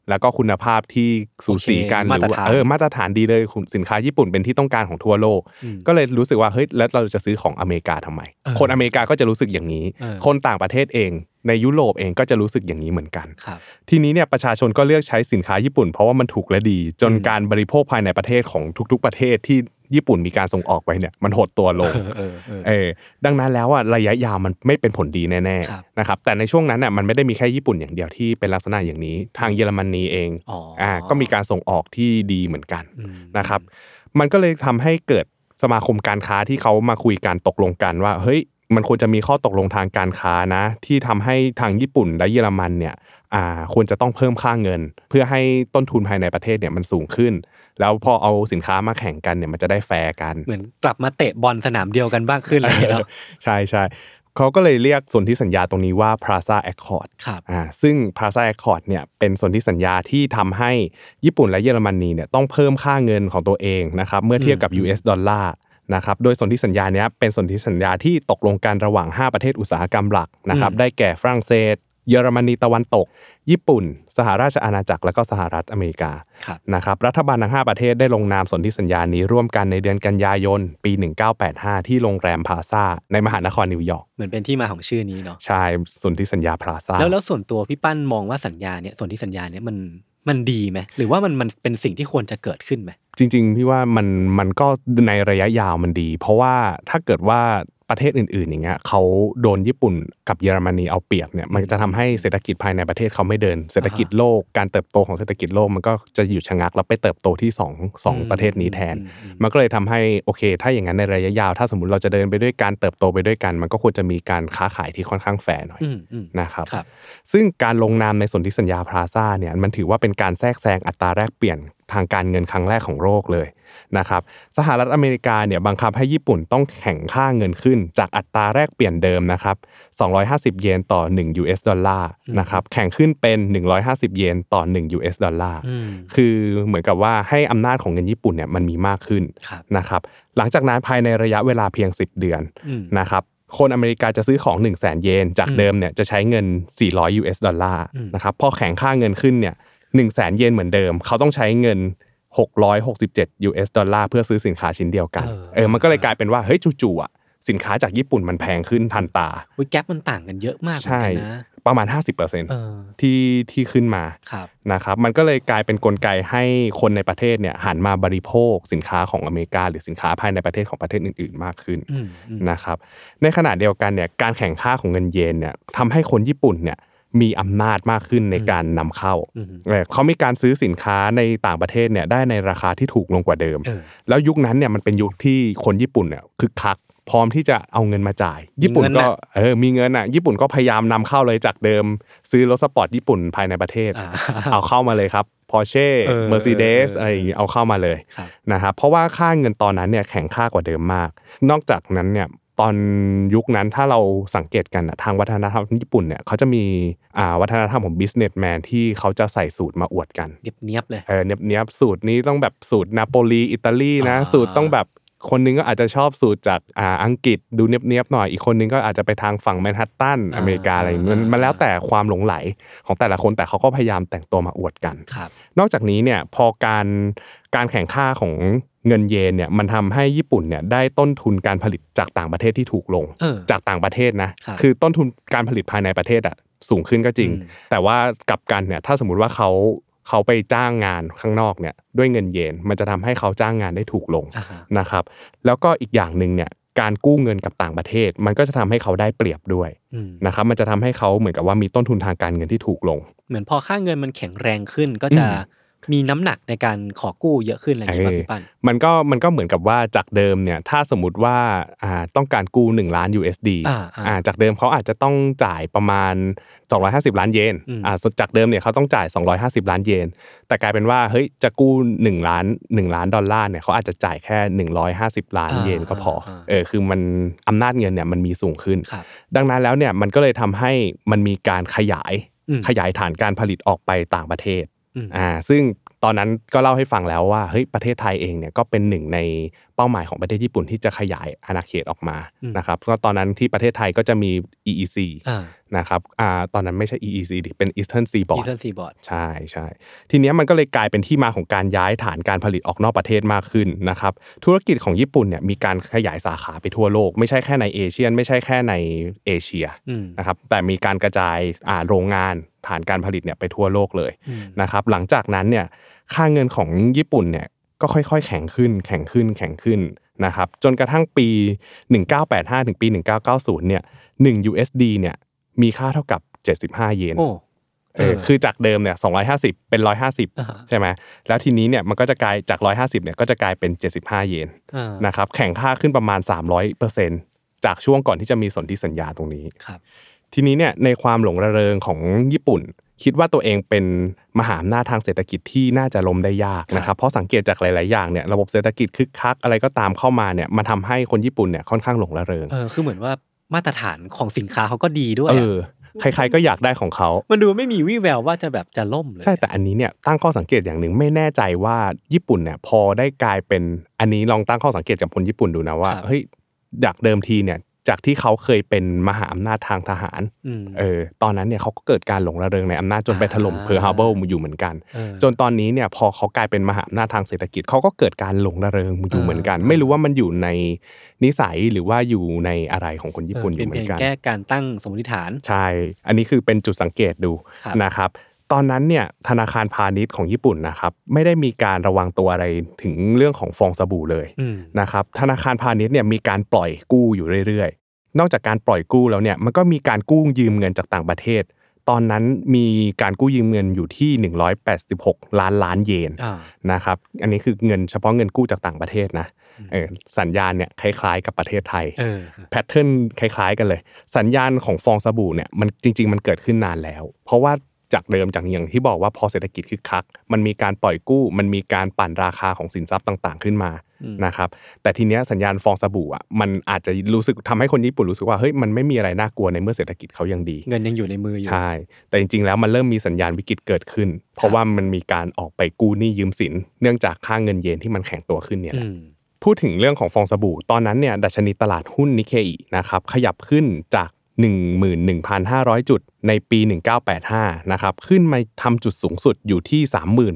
แล้วก็คุณภาพที่สูสีกันหรือว่ามาตรฐานดีเลยสินค้าญี่ปุ่นเป็นที่ต้องการของทั่วโลกก็เลยรู้สึกว่าเฮ้ยแล้วเราจะซื้อของอเมริกาทำไมคนอเมริกาก็จะรู้สึกอย่างนี้คนต่างประเทศเองในยุโรปเองก็จะรู้สึกอย่างนี้เหมือนกันทีนี้เนี่ยประชาชนก็เลือกใช้สินค้าญี่ปุ่นเพราะว่ามันถูกและดีจนการบริโภคภายในประเทศของทุกๆประเทศที่ญี่ปุ่นมีการส่งออกไปเนี่ยมันหดตัวลงดังนั้นแล้วอ่ะระยะยาวมันไม่เป็นผลดีแน่ๆนะครับแต่ในช่วงนั้นน่ะมันไม่ได้มีแค่ญี่ปุ่นอย่างเดียวที่เป็นลักษณะอย่างนี้ทางเยอรมนีเองก็มีการส่งออกที่ดีเหมือนกันนะครับมันก็เลยทำให้เกิดสมาคมการค้าที่เขามาคุยกันตกลงกันว่าเฮ้ยมันควรจะมีข้อตกลงทางการค้านะที่ทำให้ทางญี่ปุ่นและเยอรมันเนี่ยควรจะต้องเพิ่มค่าเงินเพื่อให้ต้นทุนภายในประเทศเนี่ยมันสูงขึ้นแล้วพอเอาสินค้ามาแข่งกันเนี่ยมันจะได้แฟร์กันเหมือนกลับมาเตะบอลสนามเดียวกันบ้างขึ้นอะไรอย่างเงี้ยใช่ๆเขาก็เลยเรียกสนธิสัญญาตรงนี้ว่า Plaza Accord ซึ่ง Plaza Accord เนี่ยเป็นสนธิสัญญาที่ทำให้ญี่ปุ่นและเยอรมนีเนี่ยต้องเพิ่มค่าเงินของตัวเองนะครับเมื่อเทียบกับ US ดอลลาร์นะครับโดยสนธิสัญญานี้เป็นสนธิสัญญาที่ตกลงกันระหว่าง5ประเทศอุตสาหกรรมหลักนะครับได้แก่ฝรั่งเศสเยอรมนีตะวันตกญี่ปุ่นสหราชอาณาจักรและก็สหรัฐอเมริกานะครับรัฐบาลทั้ง5ประเทศได้ลงนามสนธิสัญญานี้ร่วมกันในเดือนกันยายนปี1985ที่โรงแรมพลาซ่าในมหานครนิวยอร์กเหมือนเป็นที่มาของชื่อนี้เนาะใช่สนธิสัญญาพลาซ่าแล้วส่วนตัวพี่ปั้นมองว่าสัญญาเนี่ยสนธิสัญญาเนี่ยมันดีไหมหรือว่ามันเป็นสิ่งที่ควรจะเกิดขึ้นไหมจริงๆพี่ว่ามันก็ในระยะยาวมันดีเพราะว่าถ้าเกิดว่าประเทศอื่นๆอย่างเงี้ยเขาโดนญี่ปุ่นกับเยอรมนีเอาเปรียบเนี่ยมันจะทำให้เศรษฐกิจภายในประเทศเขาไม่เดินเศรษฐกิจโลกการเติบโตของเศรษฐกิจโลกมันก็จะหยุดชะงักแล้วไปเติบโตที่2ประเทศนี้แทนมันก็เลยทำให้โอเคถ้าอย่างนั้นในระยะยาวถ้าสมมุติเราจะเดินไปด้วยการเติบโตไปด้วยกันมันก็ควรจะมีการค้าขายที่ค่อนข้างแฟร์หน่อยนะครับซึ่งการลงนามในสนธิสัญญาพลาซ่าเนี่ยมันถือว่าเป็นการแทรกแซงอัตราแลกเปลี่ยนทางการเงินครั้งแรกของโลกเลยนะครับสหรัฐอเมริกาเนี่ยบังคับให้ญี่ปุ่นต้องแข่งค่าเงินขึ้นจากอัตราแลกเปลี่ยนเดิมนะครับ250เยนต่อ1 US ดอลลาร์นะครับแข่งขึ้นเป็น150เยนต่อ1 US ดอลลาร์คือเหมือนกับว่าให้อำนาจของเงินญี่ปุ่นเนี่ยมันมีมากขึ้นนะครับหลังจากนั้นภายในระยะเวลาเพียง10เดือนนะครับคนอเมริกาจะซื้อของ 100,000 เยนจากเดิมเนี่ยจะใช้เงิน400 US ดอลลาร์นะครับพอแข่งค่าเงินขึ้นเนี่ย100,000 เยนเหมือนเดิมเขาต้องใช้เงิน667 US ดอลลาร์เพื่อซื้อสินค้าชิ้นเดียวกันมันก็เลยกลายเป็นว่าเฮ้ยจู่ๆอ่ะสินค้าจากญี่ปุ่นมันแพงขึ้นทันตาแก๊ปมันต่างกันเยอะมากเหมือนกันนะประมาณ 50% ที่ขึ้นมานะครับมันก็เลยกลายเป็นกลไกให้คนในประเทศเนี่ยหันมาบริโภคสินค้าของอเมริกาหรือสินค้าภายในประเทศของประเทศอื่นๆมากขึ้นนะครับในขณะเดียวกันเนี่ยการแข่งค่าของเงินเยนเนี่ยทำให้คนญี่ปุ่นเนี่ยมีอำนาจมากขึ้นในการนำเข้าเขามีการซื้อสินค้าในต่างประเทศเนี่ยได้ในราคาที่ถูกลงกว่าเดิมแล้วยุคนั้นเนี่ยมันเป็นยุคที่คนญี่ปุ่นเนี่ยคึกคักพร้อมที่จะเอาเงินมาจ่ายญี่ปุ่นก็มีเงินอ่ะญี่ปุ่นก็พยายามนำเข้าเลยจากเดิมซื้อรถสปอร์ตญี่ปุ่นภายในประเทศเอาเข้ามาเลยครับPorsche Mercedes อะไรอย่างงี้เอาเข้ามาเลยนะครับเพราะว่าค่าเงินตอนนั้นเนี่ยแข็งค่ากว่าเดิมมากนอกจากนั้นเนี่ยตอนยุคนั้นถ้าเราสังเกตกันทางวัฒนธรรมญี่ปุ่นเนี่ยเขาจะมีวัฒนธรรมของ businessman ที่เขาจะใส่สูทมาอวดกันเนียบๆเลยเนียบๆสูทนี้ต้องแบบสูทนาโปลีอิตาลีนะสูทต้องแบบคนนึงก็อาจจะชอบสูทจากอังกฤษดูเนียบๆหน่อยอีกคนนึงก็อาจจะไปทางฝั่งแมนฮัตตันอเมริกาอะไรมันแล้วแต่ความหลงไหลของแต่ละคนแต่เขาก็พยายามแต่งตัวมาอวดกันนอกจากนี้เนี่ยพอการแข่งค่าของเงินเยนเนี่ยมันทำให้ญี่ปุ่นเนี่ยได้ต้นทุนการผลิตจากต่างประเทศที่ถูกลงจากต่างประเทศนะคือต้นทุนการผลิตภายในประเทศอ่ะสูงขึ้นก็จริงแต่ว่ากลับกันเนี่ยถ้าสมมุติว่าเขาไปจ้างงานข้างนอกเนี่ยด้วยเงินเยนมันจะทำให้เขาจ้างงานได้ถูกลงนะครับแล้วก็อีกอย่างนึงเนี่ยการกู้เงินกับต่างประเทศมันก็จะทำให้เขาได้เปรียบด้วยนะครับมันจะทำให้เขาเหมือนกับว่ามีต้นทุนทางการเงินที่ถูกลงเหมือนพอค่าเงินมันแข็งแรงขึ้นก็จะมีน้ำหนักในการขอกู้เยอะขึ้นอะไรอย่างเงี้ยพี่ปั้นมันก็เหมือนกับว่าจากเดิมเนี่ยถ้าสมมุติว่าต้องการกู้1ล้าน USD จากเดิมเขาอาจจะต้องจ่ายประมาณ250ล้านเยนจากเดิมเนี่ยเขาต้องจ่าย250ล้านเยนแต่กลายเป็นว่าเฮ้ยจะกู้1ล้านดอลลาร์เนี่ยเขาอาจจะจ่ายแค่150ล้านเยนก็พอคือมันอำนาจเงินเนี่ยมันมีสูงขึ้นดังนั้นแล้วเนี่ยมันก็เลยทำให้มันมีการขยายฐานการผลิตออกไปต่างประเทศซึ่งตอนนั้นก็เล่าให้ฟังแล้วว่าเฮ้ยประเทศไทยเองเนี่ยก็เป็นหนึ่งในเป้าหมายของประเทศญี่ปุ่นที่จะขยายอาณาเขตออกมานะครับก็ตอนนั้นที่ประเทศไทยก็จะมี EEC นะครับตอนนั้นไม่ใช่ EEC ดิเป็น Eastern Seaboard ใช่ๆทีนี้มันก็เลยกลายเป็นที่มาของการย้ายฐานการผลิตออกนอกประเทศมากขึ้นนะครับธุรกิจของญี่ปุ่นเนี่ยมีการขยายสาขาไปทั่วโลกไม่ใช่แค่ในเอเชียไม่ใช่แค่ในเอเชียนะครับแต่มีการกระจายโรงงานฐานการผลิตเนี่ยไปทั่วโลกเลยนะครับหลังจากนั้นเนี่ยค่าเงินของญี่ปุ่นเนี่ยก็ค่อยๆแข็งขึ้นนะครับจนกระทั่งปี1985ถึงปี1990เนี่ย1 USD เนี่ยมีค่าเท่ากับ75เยนคือจากเดิมเนี่ย250เป็น150ใช่ไหมแล้วทีนี้เนี่ยมันก็จะกลายจาก150เนี่ยก็จะกลายเป็น75เยนนะครับแข่งค่าขึ้นประมาณ 300% จากช่วงก่อนที่จะมีสนธิสัญญาตรงนี้ทีนี้เนี่ยในความหลงระเริงของญี่ปุ่นคิดว่าตัวเองเป็นมหาอำนาจทางเศรษฐกิจที่น่าจะล้มได้ยากนะครับเพราะสังเกตจากหลายๆอย่างเนี่ยระบบเศรษฐกิจคึกคักอะไรก็ตามเข้ามาเนี่ยมันทำให้คนญี่ปุ่นเนี่ยค่อนข้างหลงระเริงคือเหมือนว่ามาตรฐานของสินค้าเขาก็ดีด้วยใครๆก็อยากได้ของเขามันดูไม่มีวี่แววว่าจะแบบจะล่มเลยใช่แต่อันนี้เนี่ยตั้งข้อสังเกตอย่างหนึ่งไม่แน่ใจว่าญี่ปุ่นเนี่ยพอได้กลายเป็นอันนี้ลองตั้งข้อสังเกตกับคนญี่ปุ่นดูนะว่าเฮ้ยจากเดิมทีเนี่ยจากที่เขาเคยเป็นมหาอำนาจทางทหารตอนนั้นเนี่ยเขาก็เกิดการหลงระเริงในอำนาจจนไปถล่มเพิร์ลฮาร์เบอร์อยู่เหมือนกันจนตอนนี้เนี่ยพอเขากลายเป็นมหาอำนาจทางเศรษฐกิจเขาก็เกิดการหลงระเริงอยู่เหมือนกันไม่รู้ว่ามันอยู่ในนิสัยหรือว่าอยู่ในอะไรของคนญี่ปุ่นอยู่เหมือนกันเป็นแก้การตั้งสมมติฐานใช่อันนี้คือเป็นจุดสังเกตดูนะครับตอนนั้นเนี่ยธนาคารพาณิชย์ของญี่ปุ่นนะครับไม่ได้มีการระวังตัวอะไรถึงเรื่องของฟองสบู่เลยนะครับธนาคารพาณิชย์เนี่ยมีการปล่อยกู้อยู่เรื่อยๆนอกจากการปล่อยกู้แล้วเนี่ยมันก็มีการกู้ยืมเงินจากต่างประเทศตอนนั้นมีการกู้ยืมเงินอยู่ที่186ล้านเยนนะครับอันนี้คือเงินเฉพาะเงินกู้จากต่างประเทศนะสัญญาณเนี่ยคล้ายๆกับประเทศไทยแพทเทิร์นคล้ายๆกันเลยสัญญาณของฟองสบู่เนี่ยมันจริงๆมันเกิดขึ้นนานแล้วเพราะว่าจากเดิมจากอย่างที่บอกว่าพอเศรษฐกิจคึกคักมันมีการปล่อยกู้มันมีการปั่นราคาของสินทรัพย์ต่างๆขึ้นมานะครับแต่ทีเนี้ยสัญญาณฟองสบู่อ่ะมันอาจจะรู้สึกทำให้คนญี่ปุ่นรู้สึกว่าเฮ้ยมันไม่มีอะไรน่ากลัวในเมื่อเศรษฐกิจเขายังดีเงินยังอยู่ในมืออยู่ใช่แต่จริงๆแล้วมันเริ่มมีสัญญาณวิกฤตเกิดขึ้นเพราะว่ามันมีการออกไปกู้หนี้ยืมสินเนื่องจากค่าเงินเยนที่มันแข็งตัวขึ้นเนี่ยแหละพูดถึงเรื่องของฟองสบู่ตอนนั้นเนี่ยดัชนีตลาดหุ้นนิเคอินะครับขยับขึ้นจาก11,500 จุดในปี1985นะครับขึ้นมาทำจุดสูงสุดอยู่ที่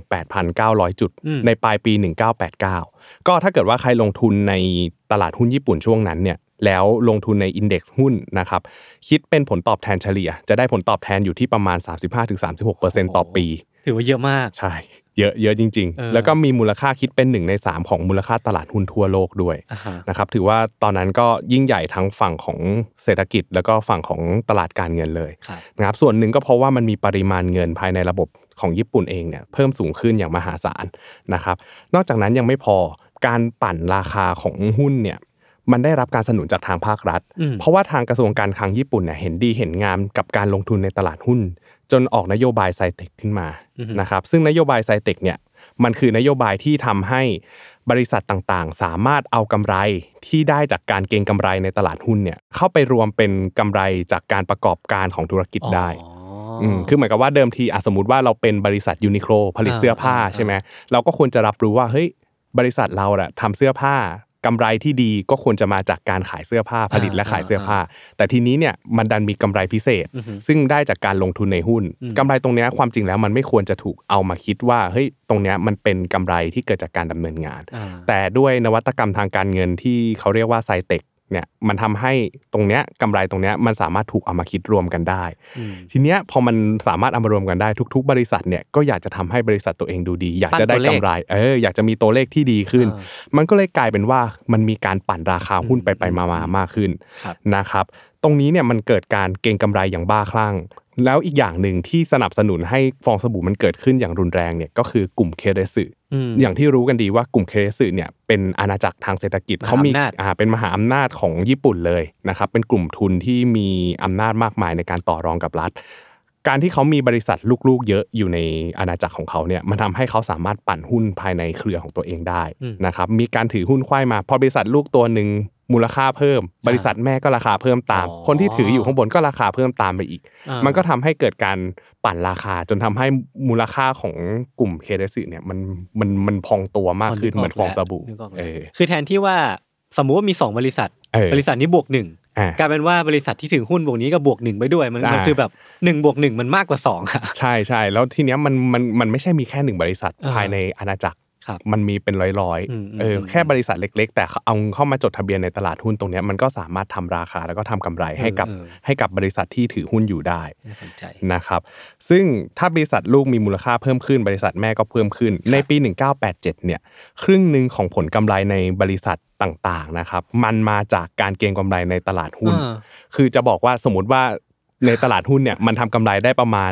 38,900 จุดในปลายปี1989ก็ถ้าเกิดว่าใครลงทุนในตลาดหุ้นญี่ปุ่นช่วงนั้นเนี่ยแล้วลงทุนในอินเด็กซ์หุ้นนะครับคิดเป็นผลตอบแทนเฉลี่ยจะได้ผลตอบแทนอยู่ที่ประมาณ 35-36% ต่อปีถือว่าเยอะมากใช่เยอะจริงๆแล้วก็มีมูลค่าคิดเป็น1ใน3ของมูลค่าตลาดหุ้นทั่วโลกด้วยนะครับถือว่าตอนนั้นก็ยิ่งใหญ่ทั้งฝั่งของเศรษฐกิจแล้วก็ฝั่งของตลาดการเงินเลยนะครับส่วนหนึ่งก็เพราะว่ามันมีปริมาณเงินภายในระบบของญี่ปุ่นเองเนี่ยเพิ่มสูงขึ้นอย่างมหาศาลนะครับนอกจากนั้นยังไม่พอการปั่นราคาของหุ้นเนี่ยมันได้รับการสนับสนุนจากทางภาครัฐเพราะว่าทางกระทรวงการคลังญี่ปุ่นเนี่ยเห็นดีเห็นงามกับการลงทุนในตลาดหุ้นจนออกนโยบายไซเทคขึ้นมานะครับซึ่งนโยบายไซเทคเนี่ยมันคือนโยบายที่ทำให้บริษัทต่างๆสามารถเอากำไรที่ได้จากการเก็งกำไรในตลาดหุ้นเนี่ยเข้าไปรวมเป็นกำไรจากการประกอบการของธุรกิจได้คือเหมือนกับว่าเดิมทีสมมุติว่าเราเป็นบริษัทยูนิโคลผลิตเสื้อผ้าใช่ไหมเราก็ควรจะรับรู้ว่าเฮ้ยบริษัทเราทำเสื้อผ้ากำไรที่ดีก็ควรจะมาจากการขายเสื้อผ้าผลิตและขายเสื้อผ้าแต่ทีนี้เนี่ยมันดันมีกำไรพิเศษซึ่งได้จากการลงทุนในหุ้นกำไรตรงนี้ความจริงแล้วมันไม่ควรจะถูกเอามาคิดว่าเฮ้ยตรงนี้มันเป็นกำไรที่เกิดจากการดำเนินงานแต่ด้วยนวัตกรรมทางการเงินที่เขาเรียกว่าไซเทคเนี่ยมันทำให้ตรงเนี้ยกำไรตรงเนี้ยมันสามารถถูกเอามาคิดรวมกันได้ทีเนี้ยพอมันสามารถเอามารวมกันได้ทุกๆบริษัทเนี่ยก็อยากจะทำให้บริษัทตัวเองดูดีอยากจะได้กำไรอยากจะมีตัวเลขที่ดีขึ้นมันก็เลยกลายเป็นว่ามันมีการปั่นราคาหุ้นไปๆมามากขึ้นนะครับตรงนี้เนี่ยมันเกิดการเก็งกำไรอย่างบ้าคลั่งแล้วอีกอย่างหนึ่งที่สนับสนุนให้ฟองสบู่มันเกิดขึ้นอย่างรุนแรงเนี่ยก็คือกลุ่มเคเรสึอย่างที่รู้กันดีว่ากลุ่มเคเรสึเนี่ยเป็นอาณาจักรทางเศรษฐกิจเขามีเป็นมหาอำนาจของญี่ปุ่นเลยนะครับเป็นกลุ่มทุนที่มีอำนาจมากมายในการต่อรองกับรัฐการที่เขามีบริษัทลูกๆเยอะอยู่ในอาณาจักรของเขาเนี่ยมันทำให้เขาสามารถปั่นหุ้นภายในเครือของตัวเองได้นะครับมีการถือหุ้นควายมาพอบริษัทลูกตัวนึงมูลค่าเพิ่มบริษัทแม่ก็ราคาเพิ่มตามคนที่ถืออยู่ข้างบนก็ราคาเพิ่มตามไปอีกมันก็ทำให้เกิดการปั่นราคาจนทำให้มูลค่าของกลุ่มเคเดสึเนี่ยมันพองตัวมากขึ้นเหมือนฟองสบู่คือแทนที่ว่าสมมุติว่ามี2บริษัทนี้บวก1กลายเป็นว่าบริษัทที่ถือหุ้นบวกนี้ก็บวก1ไปด้วยมันคือแบบ1บวก1มันมากกว่า2อ่ะใช่ๆแล้วทีเนี้ยมันไม่ใช่มีแค่1บริษัทภายในอาณาจักรมันมีเป็นร้อยๆแค่บริษัทเล็กๆแต่เอาเข้ามาจดทะเบียนในตลาดหุ้นตรงนี้มันก็สามารถทำราคาแล้วก็ทำกำไรให้กับบริษัทที่ถือหุ้นอยู่ได้นะครับซึ่งถ้าบริษัทลูกมีมูลค่าเพิ่มขึ้นบริษัทแม่ก็เพิ่มขึ้นในปี1987เนี่ยครึ่งนึงของผลกำไรในบริษัทต่างๆนะครับมันมาจากการเก็งกำไรในตลาดหุ้นคือจะบอกว่าสมมติว่าในตลาดหุ้นเนี่ยมันทำกำไรได้ประมาณ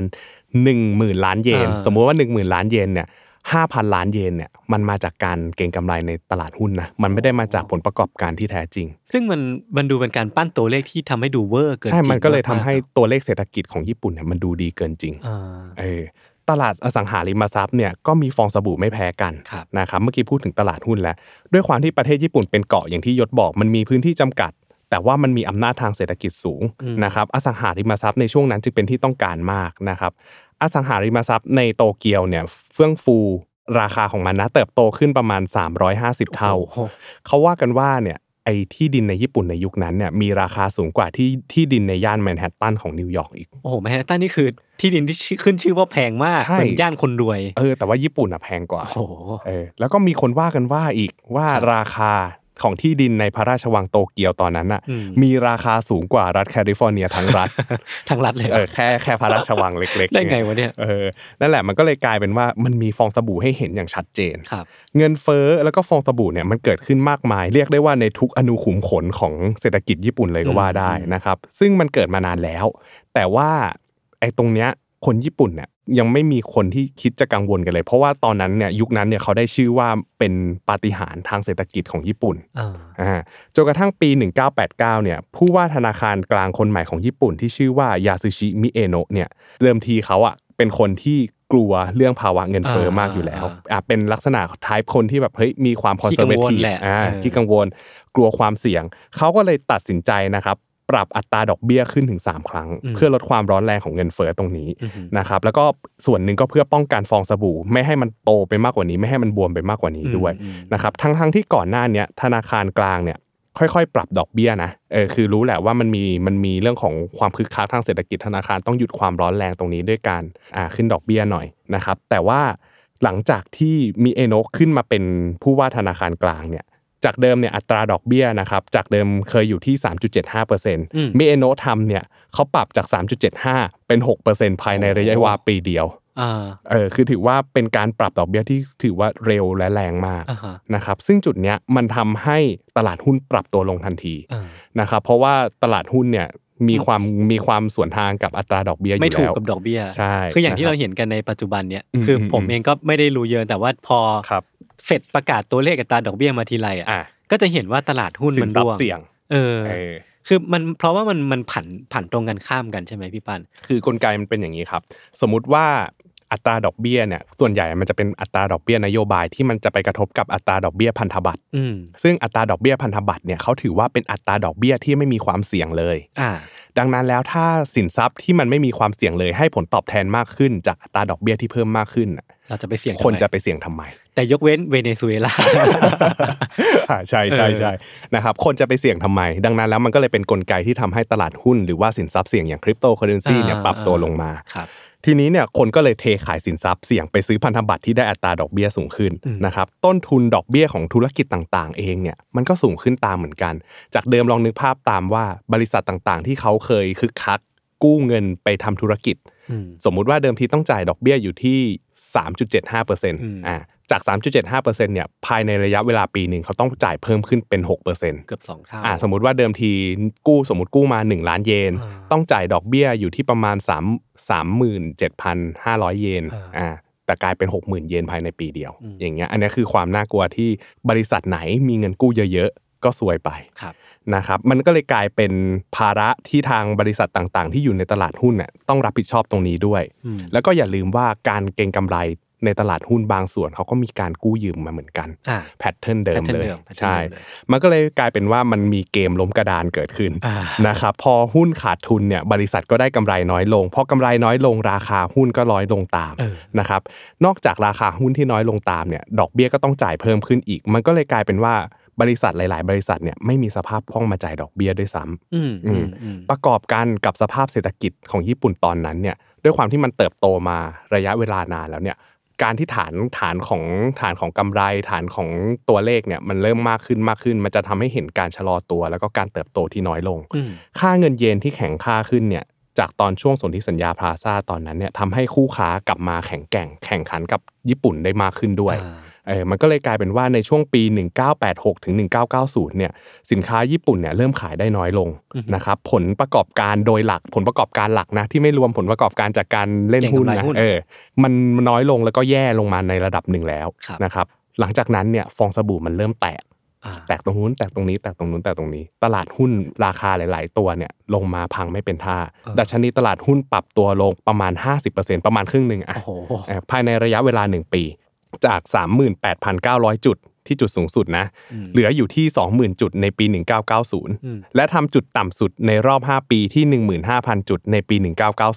10,000 ล้านเยนสมมุติว่า 10,000 ล้านเยนเนี่ย5,000 ล้านเยนเนี่ยมันมาจากการเก็งกำไรในตลาดหุ้นนะมันไม่ได้มาจากผลประกอบการที่แท้จริงซึ่งมันดูเป็นการปั้นตัวเลขที่ทำให้ดูเวอร์เกินจริงใช่มันก็เลยทำให้ตัวเลขเศรษฐกิจของญี่ปุ่นเนี่ยมันดูดีเกินจริงตลาดอสังหาริมทรัพย์เนี่ยก็มีฟองสบู่ไม่แพ้กันนะครับเมื่อกี้พูดถึงตลาดหุ้นแล้วด้วยความที่ประเทศญี่ปุ่นเป็นเกาะอย่างที่ยศบอกมันมีพื้นที่จำกัดแต่ว่ามันมีอำนาจทางเศรษฐกิจสูงนะครับอสังหาริมทรัพย์ในช่วงนั้นจึงเป็นที่ต้องการมากนะครับอสังหาริมทรัพย์ในโตเกียวเนี่ยเฟื่องฟูราคาของมันนะเติบโตขึ้นประมาณ350เท่าเขาว่ากันว่าเนี่ยไอ้ที่ดินในญี่ปุ่นในยุคนั้นเนี่ยมีราคาสูงกว่าที่ดินในย่านแมนฮัตตันของนิวยอร์กอีกโอ้โหแมนฮัตตันนี่คือที่ดินที่ขึ้นชื่อว่าแพงมากเป็นย่านคนรวยแต่ว่าญี่ปุ่นแพงกว่าแล้วก็มีคนว่ากันว่าอีกว่าราคาของที่ดินในพระราชวังโตเกียวตอนนั้นน่ะมีราคาสูงกว่ารัฐแคลิฟอร์เนียทั้งรัฐเลยแค่พระราชวังเล็กๆได้ไงวะเนี่ยนั่นแหละมันก็เลยกลายเป็นว่ามันมีฟองสบู่ให้เห็นอย่างชัดเจนเงินเฟ้อแล้วก็ฟองสบู่เนี่ยมันเกิดขึ้นมากมายเรียกได้ว่าในทุกอนูขุมขนของเศรษฐกิจญี่ปุ่นเลยก็ว่าได้นะครับซึ่งมันเกิดมานานแล้วแต่ว่าไอ้ตรงเนี้ยคนญี่ปุ่นเนี่ยยังไม่มีคนที่คิดจะกังวลกันเลยเพราะว่าตอนนั้นเนี่ยยุคนั้นเนี่ยเขาได้ชื่อว่าเป็นปาฏิหาริย์ทางเศรษฐกิจของญี่ปุ่นจนกระทั่งปี1989เนี่ยผู้ว่าธนาคารกลางคนใหม่ของญี่ปุ่นที่ชื่อว่ายาสึชิมิเอโนะเนี่ยเดิมทีเขาเป็นคนที่กลัวเรื่องภาวะเงินเฟ้อมากอยู่แล้วเป็นลักษณะไทป์คนที่แบบเฮ้ยมีความคอนเซอร์เวทีฟที่กังวลกลัวความเสี่ยงเขาก็เลยตัดสินใจนะครับปรับอัตราดอกเบี้ยขึ้นถึง3ครั้งเพื่อลดความร้อนแรงของเงินเฟ้อตรงนี้นะครับแล้วก็ส่วนหนึ่งก็เพื่อป้องกันฟองสบู่ไม่ให้มันโตไปมากกว่านี้ไม่ให้มันบวมไปมากกว่านี้ด้วยนะครับทั้งที่ก่อนหน้านี้ธนาคารกลางเนี่ยค่อยๆปรับดอกเบี้ยนะคือรู้แหละว่ามันมีเรื่องของความคึกคักทางเศรษฐกิจธนาคารต้องหยุดความร้อนแรงตรงนี้ด้วยการขึ้นดอกเบี้ยหน่อยนะครับแต่ว่าหลังจากที่มิเอโนะขึ้นมาเป็นผู้ว่าธนาคารกลางเนี่ยจากเดิมเนี่ยอัตราดอกเบี้ยนะครับจากเดิมเคยอยู่ที่ 3.75% มิเอโนะทำเนี่ยเขาปรับจาก 3.75 เป็น 6% ภายในระยะเวลาปีเดียวคือถือว่าเป็นการปรับดอกเบี้ยที่ถือว่าเร็วและแรงมากนะครับซึ่งจุดเนี้ยมันทำให้ตลาดหุ้นปรับตัวลงทันทีนะครับเพราะว่าตลาดหุ้นเนี่ยมีความสวนทางกับอัตราดอกเบี้ยอยู่แล้วไม่ถูกกับดอกเบี้ยใช่คืออย่างที่เราเห็นกันในปัจจุบันเนี่ยคือผมเองก็ไม่ได้รู้เยอะแต่ว่าพอเฟดประกาศตัวเลขอัตราดอกเบี้ยมาทีไรก็จะเห็นว่าตลาดหุ้นมันร่วงคือมันเพราะว่ามันผันตรงกันข้ามกันใช่ไหมพี่ปันคือกลไกมันเป็นอย่างนี้ครับสมมุติว่าอัตราดอกเบี้ยเนี่ยส่วนใหญ่มันจะเป็นอัตราดอกเบี้ยนโยบายที่มันจะไปกระทบกับอัตราดอกเบี้ยพันธบัตรซึ่งอัตราดอกเบี้ยพันธบัตรเนี่ยเขาถือว่าเป็นอัตราดอกเบี้ยที่ไม่มีความเสี่ยงเลยดังนั้นแล้วถ้าสินทรัพย์ที่มันไม่มีความเสี่ยงเลยให้ผลตอบแทนมากขึ้นจากอัตราดอกเบี้ยที่เพิ่มมากขึ้นเราจะไปเสี่ยงคนจะไปเสี่ยงทำไมแต่ยกเว้นเวเนซุเอลาใช่นะครับคนจะไปเสี่ยงทำไมดังนั้นแล้วมันก็เลยเป็นกลไกที่ทำให้ตลาดหุ้นหรือว่าสินทรัพย์เสี่ยงอย่างคริปโตเคอเรนซีเนี่ยปรับตัวลงมาทีนี้เนี่ยคนก็เลยเทขายสินทรัพย์เสี่ยงไปซื้อพันธบัตรที่ได้อัตราดอกเบี้ยสูงขึ้นนะครับต้นทุนดอกเบี้ยของธุรกิจต่างๆเองเนี่ยมันก็สูงขึ้นตามเหมือนกันจากเดิมลองนึกภาพตามว่าบริษัทต่างๆที่เขาเคยคึกคักกู้เงินไปทำธุรกิจสมมุติว่าเดิมทีต้องจ่ายดอกเบี้ยอยู่ที่ 3.75% จาก 3.75% เนี่ยภายในระยะเวลาปีนึงเขาต้องจ่ายเพิ่มขึ้นเป็น 6% เกือบ2เท่าสมมุติว่าเดิมทีสมมุติกู้มา1ล้านเยนต้องจ่ายดอกเบี้ยอยู่ที่ประมาณ37,500 เยนแต่กลายเป็น 60,000 เยนภายในปีเดียวอย่างเงี้ยอันนี้คือความน่ากลัวที่บริษัทไหนมีเงินกู้เยอะๆก็ซวยไปนะครับมันก็เลยกลายเป็นภาระที่ทางบริษัทต่างๆที่อยู่ในตลาดหุ้นเนี่ยต้องรับผิดชอบตรงนี้ด้วยแล้วก็อย่าลืมว่าการเก็งกำไรในตลาดหุ้นบางส่วนเขาก็มีการกู้ยืมมาเหมือนกันแพทเทิร์นเดิมเลยใช่มันก็เลยกลายเป็นว่ามันมีเกมล้มกระดานเกิดขึ้นนะครับพอหุ้นขาดทุนเนี่ยบริษัทก็ได้กำไรน้อยลงพอกำไรน้อยลงราคาหุ้นก็น้อยลงตามนะครับนอกจากราคาหุ้นที่น้อยลงตามเนี่ยดอกเบี้ยก็ต้องจ่ายเพิ่มขึ้นอีกมันก็เลยกลายเป็นว่าบริษัทหลายๆบริษัทเนี่ยไม่มีสภาพคล่องมาจ่ายดอกเบี้ยด้วยซ้ำประกอบกันกับสภาพเศรษฐกิจของญี่ปุ่นตอนนั้นเนี่ยด้วยความที่มันเติบโตมาระยะเวลานานแล้วเนี่ยการที่ฐานของกำไรฐานของตัวเลขเนี่ยมันเริ่มมากขึ้นมันจะทำให้เห็นการชะลอตัวแล้วก็การเติบโตที่น้อยลงค่าเงินเยนที่แข็งค่าขึ้นเนี่ยจากตอนช่วงสนธิสัญญาพลาซ่าตอนนั้นเนี่ยทำให้คู่ค้ากลับมาแข่งขันกับญี่ปุ่นได้มากขึ้นด้วยมันก็เลยกลายเป็นว่าในช่วงปี1986ถึง1990เนี่ยสินค้าญี่ปุ่นเนี่ยเริ่มขายได้น้อยลงนะครับผลประกอบการหลักนะที่ไม่รวมผลประกอบการจากการเล่นหุ้นนะมันน้อยลงแล้วก็แย่ลงมาในระดับหนึ่งแล้วนะครับหลังจากนั้นเนี่ยฟองสบู่มันเริ่มแตกตรงนู้นแตกตรงนี้แตกตรงนู้นแตกตรงนี้ตลาดหุ้นราคาหลายๆตัวเนี่ยลงมาพังไม่เป็นท่าดัชนีตลาดหุ้นปรับตัวลงประมาณ 50% ประมาณครึ่งนึงภายในระยะเวลา1ปีจาก 38,900 จุดที่จุดสูงสุดนะเหลืออยู่ที่ 20,000 จุดในปี1990และทำจุดต่ำสุดในรอบ5ปีที่ 15,000 จุดในปี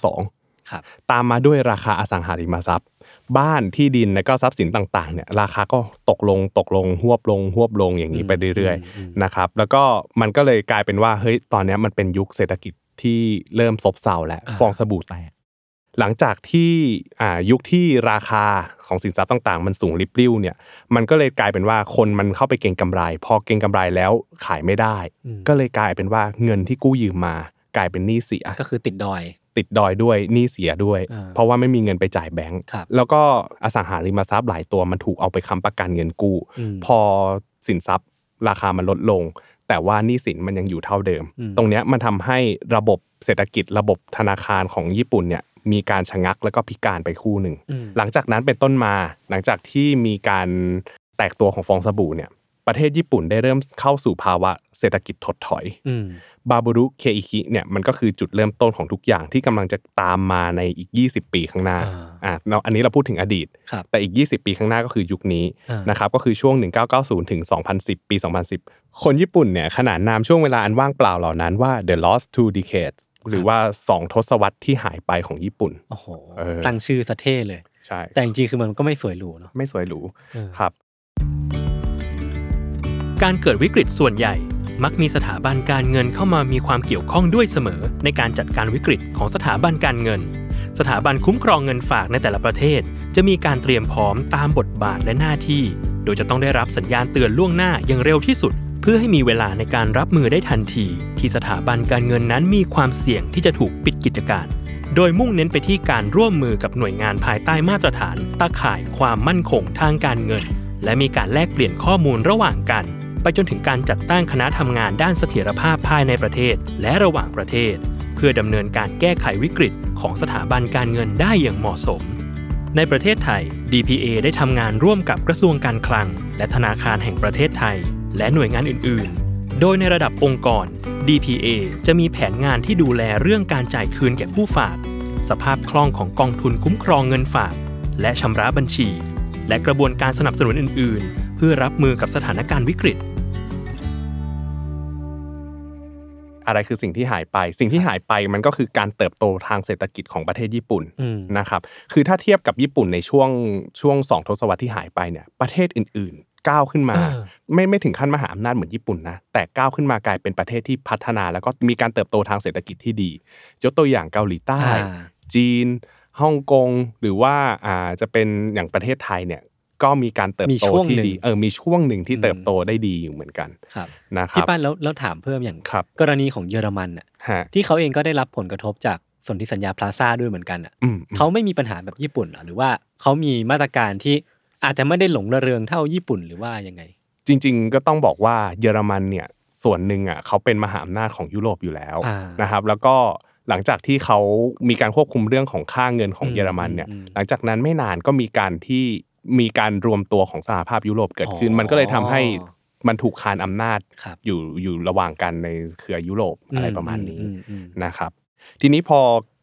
1992ครับตามมาด้วยราคาอสังหาริมทรัพย์บ้านที่ดินและก็ทรัพย์สินต่างๆเนี่ยราคาก็ตกลงหวบลงอย่างนี้ไปเรื่อยๆนะครับแล้วก็มันก็เลยกลายเป็นว่าเฮ้ยตอนนี้มันเป็นยุคเศรษฐกิจที่เริ่มซบเซาแล้วฟองสบู่แตกหลังจากที่ยุคที่ราคาของสินทรัพย์ต่างๆมันสูงริบลิ่วเนี่ยมันก็เลยกลายเป็นว่าคนมันเข้าไปเก็งกำไรพอเก็งกำไรแล้วขายไม่ได้ก็เลยกลายเป็นว่าเงินที่กู้ยืมมากลายเป็นหนี้เสียก็คือติดดอยด้วยหนี้เสียด้วยเพราะว่าไม่มีเงินไปจ่ายแบงก์แล้วก็อสังหาริมทรัพย์หลายตัวมันถูกเอาไปค้ำประกันเงินกู้พอสินทรัพย์ราคามันลดลงแต่ว่าหนี้สินมันยังอยู่เท่าเดิมตรงเนี้ยมันทำให้ระบบเศรษฐกิจระบบธนาคารของญี่ปุ่นเนี่ยมีการชะงักแล้วก็พิการไปคู่หนึ่งหลังจากนั้นเป็นต้นมาหลังจากที่มีการแตกตัวของฟองสบู่เนี่ยประเทศญี่ปุ่นได้เริ่มเข้าสู่ภาวะเศรษฐกิจถดถอยบาบูรุเคอิคิเนี่ยมันก็คือจุดเริ่มต้นของทุกอย่างที่กำลังจะตามมาในอีก20ปีข้างหน้าอันนี้เราพูดถึงอดีตแต่อีก20ปีข้างหน้าก็คือยุคนี้นะครับก็คือช่วง1990ถึง2010ปี2010คนญี่ปุ่นเนี่ยขนานนามช่วงเวลาอันว่างเปล่าเหล่านั้นว่า the lost two decades หรือว่า2ทศวรรษที่หายไปของญี่ปุ่นโอ้โหตั้งชื่อซะเท่เลยใช่แต่จริงๆคือมันก็ไม่สวยหรูเนาะไม่สวยหรูครับการเกิดวิกฤตส่วนใหญ่มักมีสถาบันการเงินเข้ามามีความเกี่ยวข้องด้วยเสมอในการจัดการวิกฤตของสถาบันการเงินสถาบันคุ้มครองเงินฝากในแต่ละประเทศจะมีการเตรียมพร้อมตามบทบาทและหน้าที่โดยจะต้องได้รับสัญญาณเตือนล่วงหน้าอย่างเร็วที่สุดเพื่อให้มีเวลาในการรับมือได้ทันทีที่สถาบันการเงินนั้นมีความเสี่ยงที่จะถูกปิดกิจการโดยมุ่งเน้นไปที่การร่วมมือกับหน่วยงานภายใต้มาตรฐานตาข่ายความมั่นคงทางการเงินและมีการแลกเปลี่ยนข้อมูลระหว่างกันไปจนถึงการจัดตั้งคณะทำงานด้านเสถียรภาพภายในประเทศและระหว่างประเทศเพื่อดำเนินการแก้ไขวิกฤตของสถาบันการเงินได้อย่างเหมาะสมในประเทศไทย DPA ได้ทำงานร่วมกับกระทรวงการคลังและธนาคารแห่งประเทศไทยและหน่วยงานอื่นๆโดยในระดับองค์กร DPA จะมีแผนงานที่ดูแลเรื่องการจ่ายคืนแก่ผู้ฝากสภาพคล่องของกองทุนคุ้มครองเงินฝากและชำระบัญชีและกระบวนการสนับสนุนอื่นๆเพื่อรับมือกับสถานการณ์วิกฤตอะไรคือสิ่งที่หายไปมันก็คือการเติบโตทางเศรษฐกิจของประเทศญี่ปุ่นนะครับคือถ้าเทียบกับญี่ปุ่นในช่วง2ทศวรรษที่หายไปเนี่ยประเทศอื่นๆก้าวขึ้นมาไม่ถึงขั้นมหาอำนาจเหมือนญี่ปุ่นนะแต่ก้าวขึ้นมากลายเป็นประเทศที่พัฒนาแล้วก็มีการเติบโตทางเศรษฐกิจที่ดียกตัวอย่างเกาหลีใต้จีนฮ่องกงหรือว่าจะเป็นอย่างประเทศไทยเนี่ยก็มีการเติบโตที่ดีมีช่วงหนึ่งที่เติบโตได้ดีอยู่เหมือนกันนะครับที่ป้านแล้วถามเพิ่มอย่างกรณีของเยอรมันน่ะที่เขาเองก็ได้รับผลกระทบจากสนธิสัญญาพลาซ่าด้วยเหมือนกันอ่ะเขาไม่มีปัญหาแบบญี่ปุ่นหรือว่าเขามีมาตรการที่อาจจะไม่ได้หลงระเริงเท่าญี่ปุ่นหรือว่ายังไงจริงๆก็ต้องบอกว่าเยอรมันเนี่ยส่วนหนึ่งเขาเป็นมหาอำนาจของยุโรปอยู่แล้วนะครับแล้วก็หลังจากที่เขามีการควบคุมเรื่องของค่าเงินของเยอรมันเนี่ยหลังจากนั้นไม่นานก็มีการรวมตัวของสหภาพยุโรปเกิดขึ้นมันก็เลยทำให้มันถูกคานอำนาจอยู่ระหว่างกันในเครือยุโรปอะไรประมาณนี้นะครับทีนี้พอ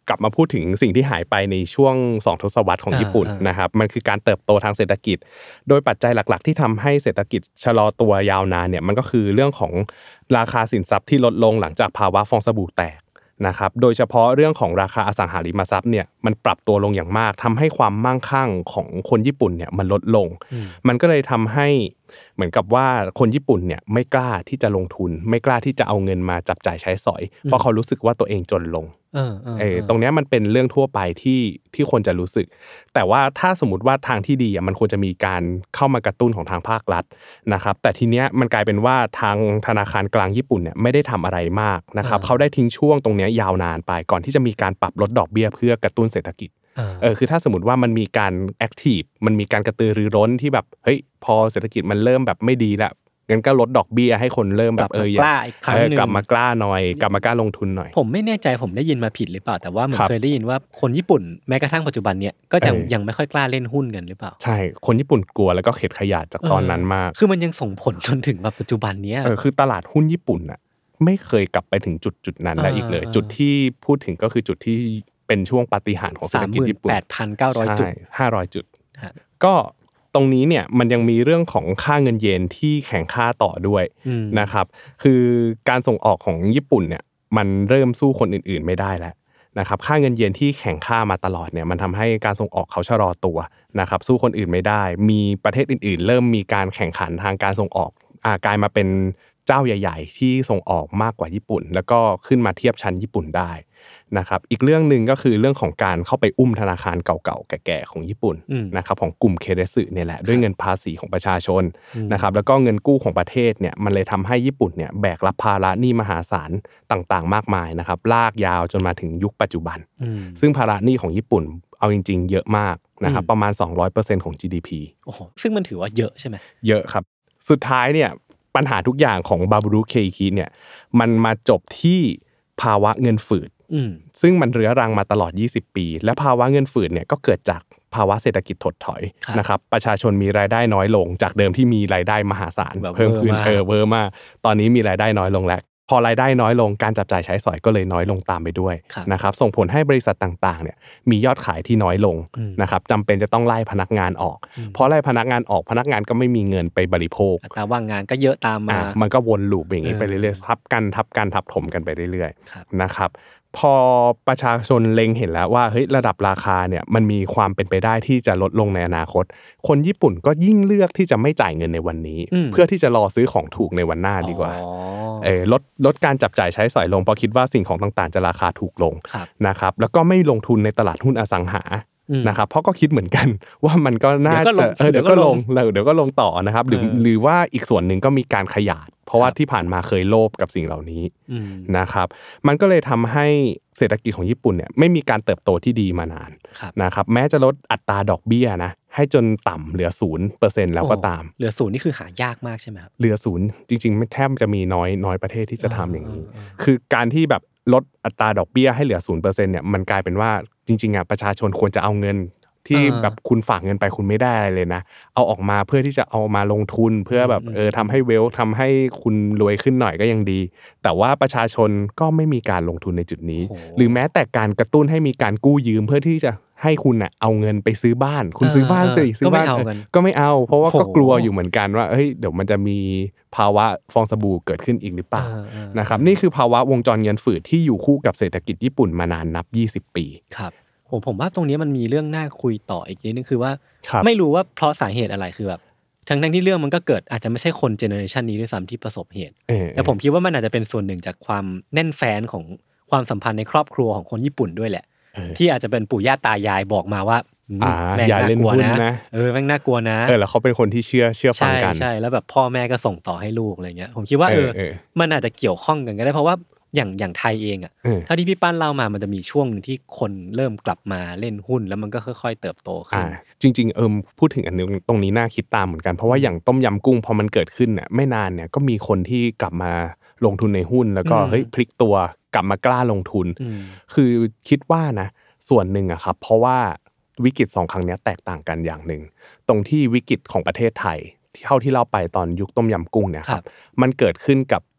กลับมาพูดถึงสิ่งที่หายไปในช่วง2ทศวรรษของญี่ปุ่นนะครับมันคือการเติบโตทางเศรษฐกิจโดยปัจจัยหลักๆที่ทำให้เศรษฐกิจชะลอตัวยาวนานเนี่ยมันก็คือเรื่องของราคาสินทรัพย์ที่ลดลงหลังจากภาวะฟองสบู่แตกนะครับโดยเฉพาะเรื่องของราคาอสังหาริมทรัพย์เนี่ยมันปรับตัวลงอย่างมากทำให้ความมั่งคั่งของคนญี่ปุ่นเนี่ยมันลดลงมันก็เลยทำให้เหมือนกับว่าคนญี่ปุ่นเนี่ยไม่กล้าที่จะลงทุนไม่กล้าที่จะเอาเงินมาจับจ่ายใช้สอยเพราะเขารู้สึกว่าตัวเองจนลงตรงนี้มันเป็นเรื่องทั่วไปที่คนจะรู้สึกแต่ว่าถ้าสมมติว่าทางที่ดีมันควรจะมีการเข้ามากระตุ้นของทางภาครัฐนะครับแต่ทีเนี้ยมันกลายเป็นว่าทางธนาคารกลางญี่ปุ่นเนี่ยไม่ได้ทำอะไรมากนะครับเขาได้ทิ้งช่วงตรงนี้ยาวนานไปก่อนที่จะมีการปรับลดดอกเบี้ยเพื่อกระตุ้นเศรษฐกิจคือถ้าสมมติว่ามันมีการแอคทีฟมันมีการกระตือรือร้นที่แบบเฮ้ยพอเศรษฐกิจมันเริ่มแบบไม่ดีแล้วงั้นก็ลดดอกเบี้ยให้คนเริ่มแบบกลับมากล้าหน่อยกลับมากล้าลงทุนหน่อยผมไม่แน่ใจผมได้ยินมาผิดหรือเปล่าแต่ว่าเหมือนเคยได้ยินว่าคนญี่ปุ่นแม้กระทั่งปัจจุบันเนี่ยก็ยังไม่ค่อยกล้าเล่นหุ้นกันหรือเปล่าใช่คนญี่ปุ่นกลัวแล้วก็เข็ดขยาดจากตอนนั้นมากคือมันยังส่งผลจนถึงแบบปัจจุบันนี้คือตลาดหุ้นญี่ปุ่นน่ะไม่เคยกลับไปถึงจุดนั้นได้อีกเลยจุดที่พูดถึงก็คือจุดที่เป็นช่วงปาฏิหาริย์ของเศรษฐกิจญี่ปุ่น 38,900 จุด 500 จุดก็ตรงนี้เนี่ยมันยังมีเรื่องของค่าเงินเยนที่แข็งค่าต่อด้วยนะครับคือการส่งออกของญี่ปุ่นเนี่ยมันเริ่มสู้คนอื่นๆไม่ได้แล้วนะครับค่าเงินเยนที่แข็งค่ามาตลอดเนี่ยมันทำให้การส่งออกเขาชะลอตัวนะครับสู้คนอื่นไม่ได้มีประเทศอื่นๆเริ่มมีการแข่งขันทางการส่งออกกลายมาเป็นเจ้าใหญ่ๆที่ส่งออกมากกว่าญี่ปุ่นแล้วก็ขึ้นมาเทียบชั้นญี่ปุ่นได้นะครับอีกเรื่องนึงก็คือเรื่องของการเข้าไปอุ้มธนาคารเก่าๆแก่ๆของญี่ปุ่นนะครับของกลุ่มเคเดสึเนี่ยแหละด้วยเงินภาษีของประชาชนนะครับแล้วก็เงินกู้ของประเทศเนี่ยมันเลยทำให้ญี่ปุ่นเนี่ยแบกรับภาระหนี้มหาศาลต่างๆมากมายนะครับลากยาวจนมาถึงยุคปัจจุบันซึ่งภาระหนี้ของญี่ปุ่นเอาจริงๆเยอะมากนะครับประมาณ 200% ของ GDP โอ้โหซึ่งมันถือว่าเยอะใช่ไหมเยอะครับสุดท้ายเนี่ยปัญหาทุกอย่างของบาบูรุเคอิคิเนี่ยมันมาจบที่ภาวะเงินฝืดซึ่งมันเรื้อรังมาตลอด20ปีและภาวะเงินฝืดเนี่ยก็เกิดจากภาวะเศรษฐกิจถดถอยนะครับประชาชนมีรายได้น้อยลงจากเดิมที่มีรายได้มหาศาลเพิ่มขึ้นเวอร์มากตอนนี้มีรายได้น้อยลงแล้วพอรายได้น้อยลงการจับจ่ายใช้สอยก็เลยน้อยลงตามไปด้วยนะครับส่งผลให้บริษัทต่างๆเนี่ยมียอดขายที่น้อยลงนะครับจำเป็นจะต้องไล่พนักงานออกเพราะไล่พนักงานออกพนักงานก็ไม่มีเงินไปบริโภคอัตราว่างงานก็เยอะตามมามันก็วนลูปอย่างนี้ไปเรื่อยๆทับกันทับถมกันไปเรื่อยๆนะครับพอประชาชนเล็งเห็นแล้วว่าเฮ้ยระดับราคาเนี่ยมันมีความเป็นไปได้ที่จะลดลงในอนาคตคนญี่ปุ่นก็ยิ่งเลือกที่จะไม่จ่ายเงินในวันนี้เพื่อที่จะรอซื้อของถูกในวันหน้าดีกว่าลดการจับจ่ายใช้สอยลงเพราะคิดว่าสิ่งของต่างๆจะราคาถูกลงนะครับแล้วก็ไม่ลงทุนในตลาดหุ้นอสังหานะครับเพราะก็คิดเหมือนกันว่ามันก็น่าจะเดี๋ยวก็ลงต่อนะครับหรือว่าอีกส่วนหนึ่งก็มีการขยายเพราะว่าที่ผ่านมาเคยโลภกับสิ่งเหล่านี้นะครับมันก็เลยทำให้เศรษฐกิจของญี่ปุ่นเนี่ยไม่มีการเติบโตที่ดีมานานนะครับแม้จะลดอัตราดอกเบี้ยนะให้จนต่ำเหลือ 0% แล้วก็ตามเหลือ0นี่คือหายากมากใช่ไหมครับเหลือ0จริงๆแทบจะมีน้อยประเทศที่จะทำอย่างนี้คือการที่แบบลดอัตราดอกเบี้ยให้เหลือ 0% เนี่ยมันกลายเป็นว่าจริงๆประชาชนควรจะเอาเงินที่แบบคุณฝากเงินไปคุณไม่ได้อะไรเลยนะเอาออกมาเพื่อที่จะเอามาลงทุนเพื่อแบบทำให้เวลทำให้คุณรวยขึ้นหน่อยก็ยังดีแต่ว่าประชาชนก็ไม่มีการลงทุนในจุดนี้หรือแม้แต่การกระตุ้นให้มีการกู้ยืมเพื่อที่จะให้คุณน่ะเอาเงินไปซื้อบ้านคุณซื้อบ้านสิซื้อบ้านก็ไม่เอาเพราะว่าก็กลัวอยู่เหมือนกันว่าเฮ้ยเดี๋ยวมันจะมีภาวะฟองสบู่เกิดขึ้นอีกหรือเปล่านะครับนี่คือภาวะวงจรเงินฝืดที่อยู่คู่กับเศรษฐกิจญี่ปุ่นมานานนับ20ปีครับผมว่าตรงนี้มันมีเรื่องน่าคุยต่ออีกนิดนึงคือว่าไม่รู้ว่าเพราะสาเหตุอะไรคือแบบทั้งที่เรื่องมันก็เกิดอาจจะไม่ใช่คนเจเนอเรชันนี้ด้วยซ้ำที่ประสบเหตุแต่ผมคิดว่ามันอาจจะเป็นส่วนหนึ่งจากความแน่นแฟ้นของความสัมพันธ์ในครอบครัวของคนญี่ปุ่นด้วยแหละที่อาจจะเป็นปู่ย่าตายายบอกมาว่าแม่งน่ากลัวนะแม่งน่ากลัวนะแล้วเขาเป็นคนที่เชื่อฟังกันใช่แล้วแบบพ่อแม่ก็ส่งต่อให้ลูกอะไรเงี้ยผมคิดว่ามันอาจจะเกี่ยวข้องกันก็ได้เพราะว่าอย่างไทยเองถ้าที่พี่ปั้นเล่ามามันจะมีช่วงนึงที่คนเริ่มกลับมาเล่นหุ้นแล้วมันก็ค่อยๆเติบโตขึ้นจริงๆพูดถึงอันนึงตรงนี้น่าคิดตามเหมือนกันเพราะว่าอย่างต้มยำกุ้งพอมันเกิดขึ้นเนี่ยไม่นานเนี่ยก็มีคนที่กลับมาลงทุนในหุ้นแล้วก็เฮ้ยพลิกตัวกลับมากล้าลงทุนคือคิดว่านะส่วนหนึ่งครับเพราะว่าวิกฤต2ครั้งนี้แตกต่างกันอย่างนึงตรงที่วิกฤตของประเทศไทยเท่าที่เล่าไปตอนยุคต้มยำกุ้งเนี่ยครับมันเกิดขึ้นกับ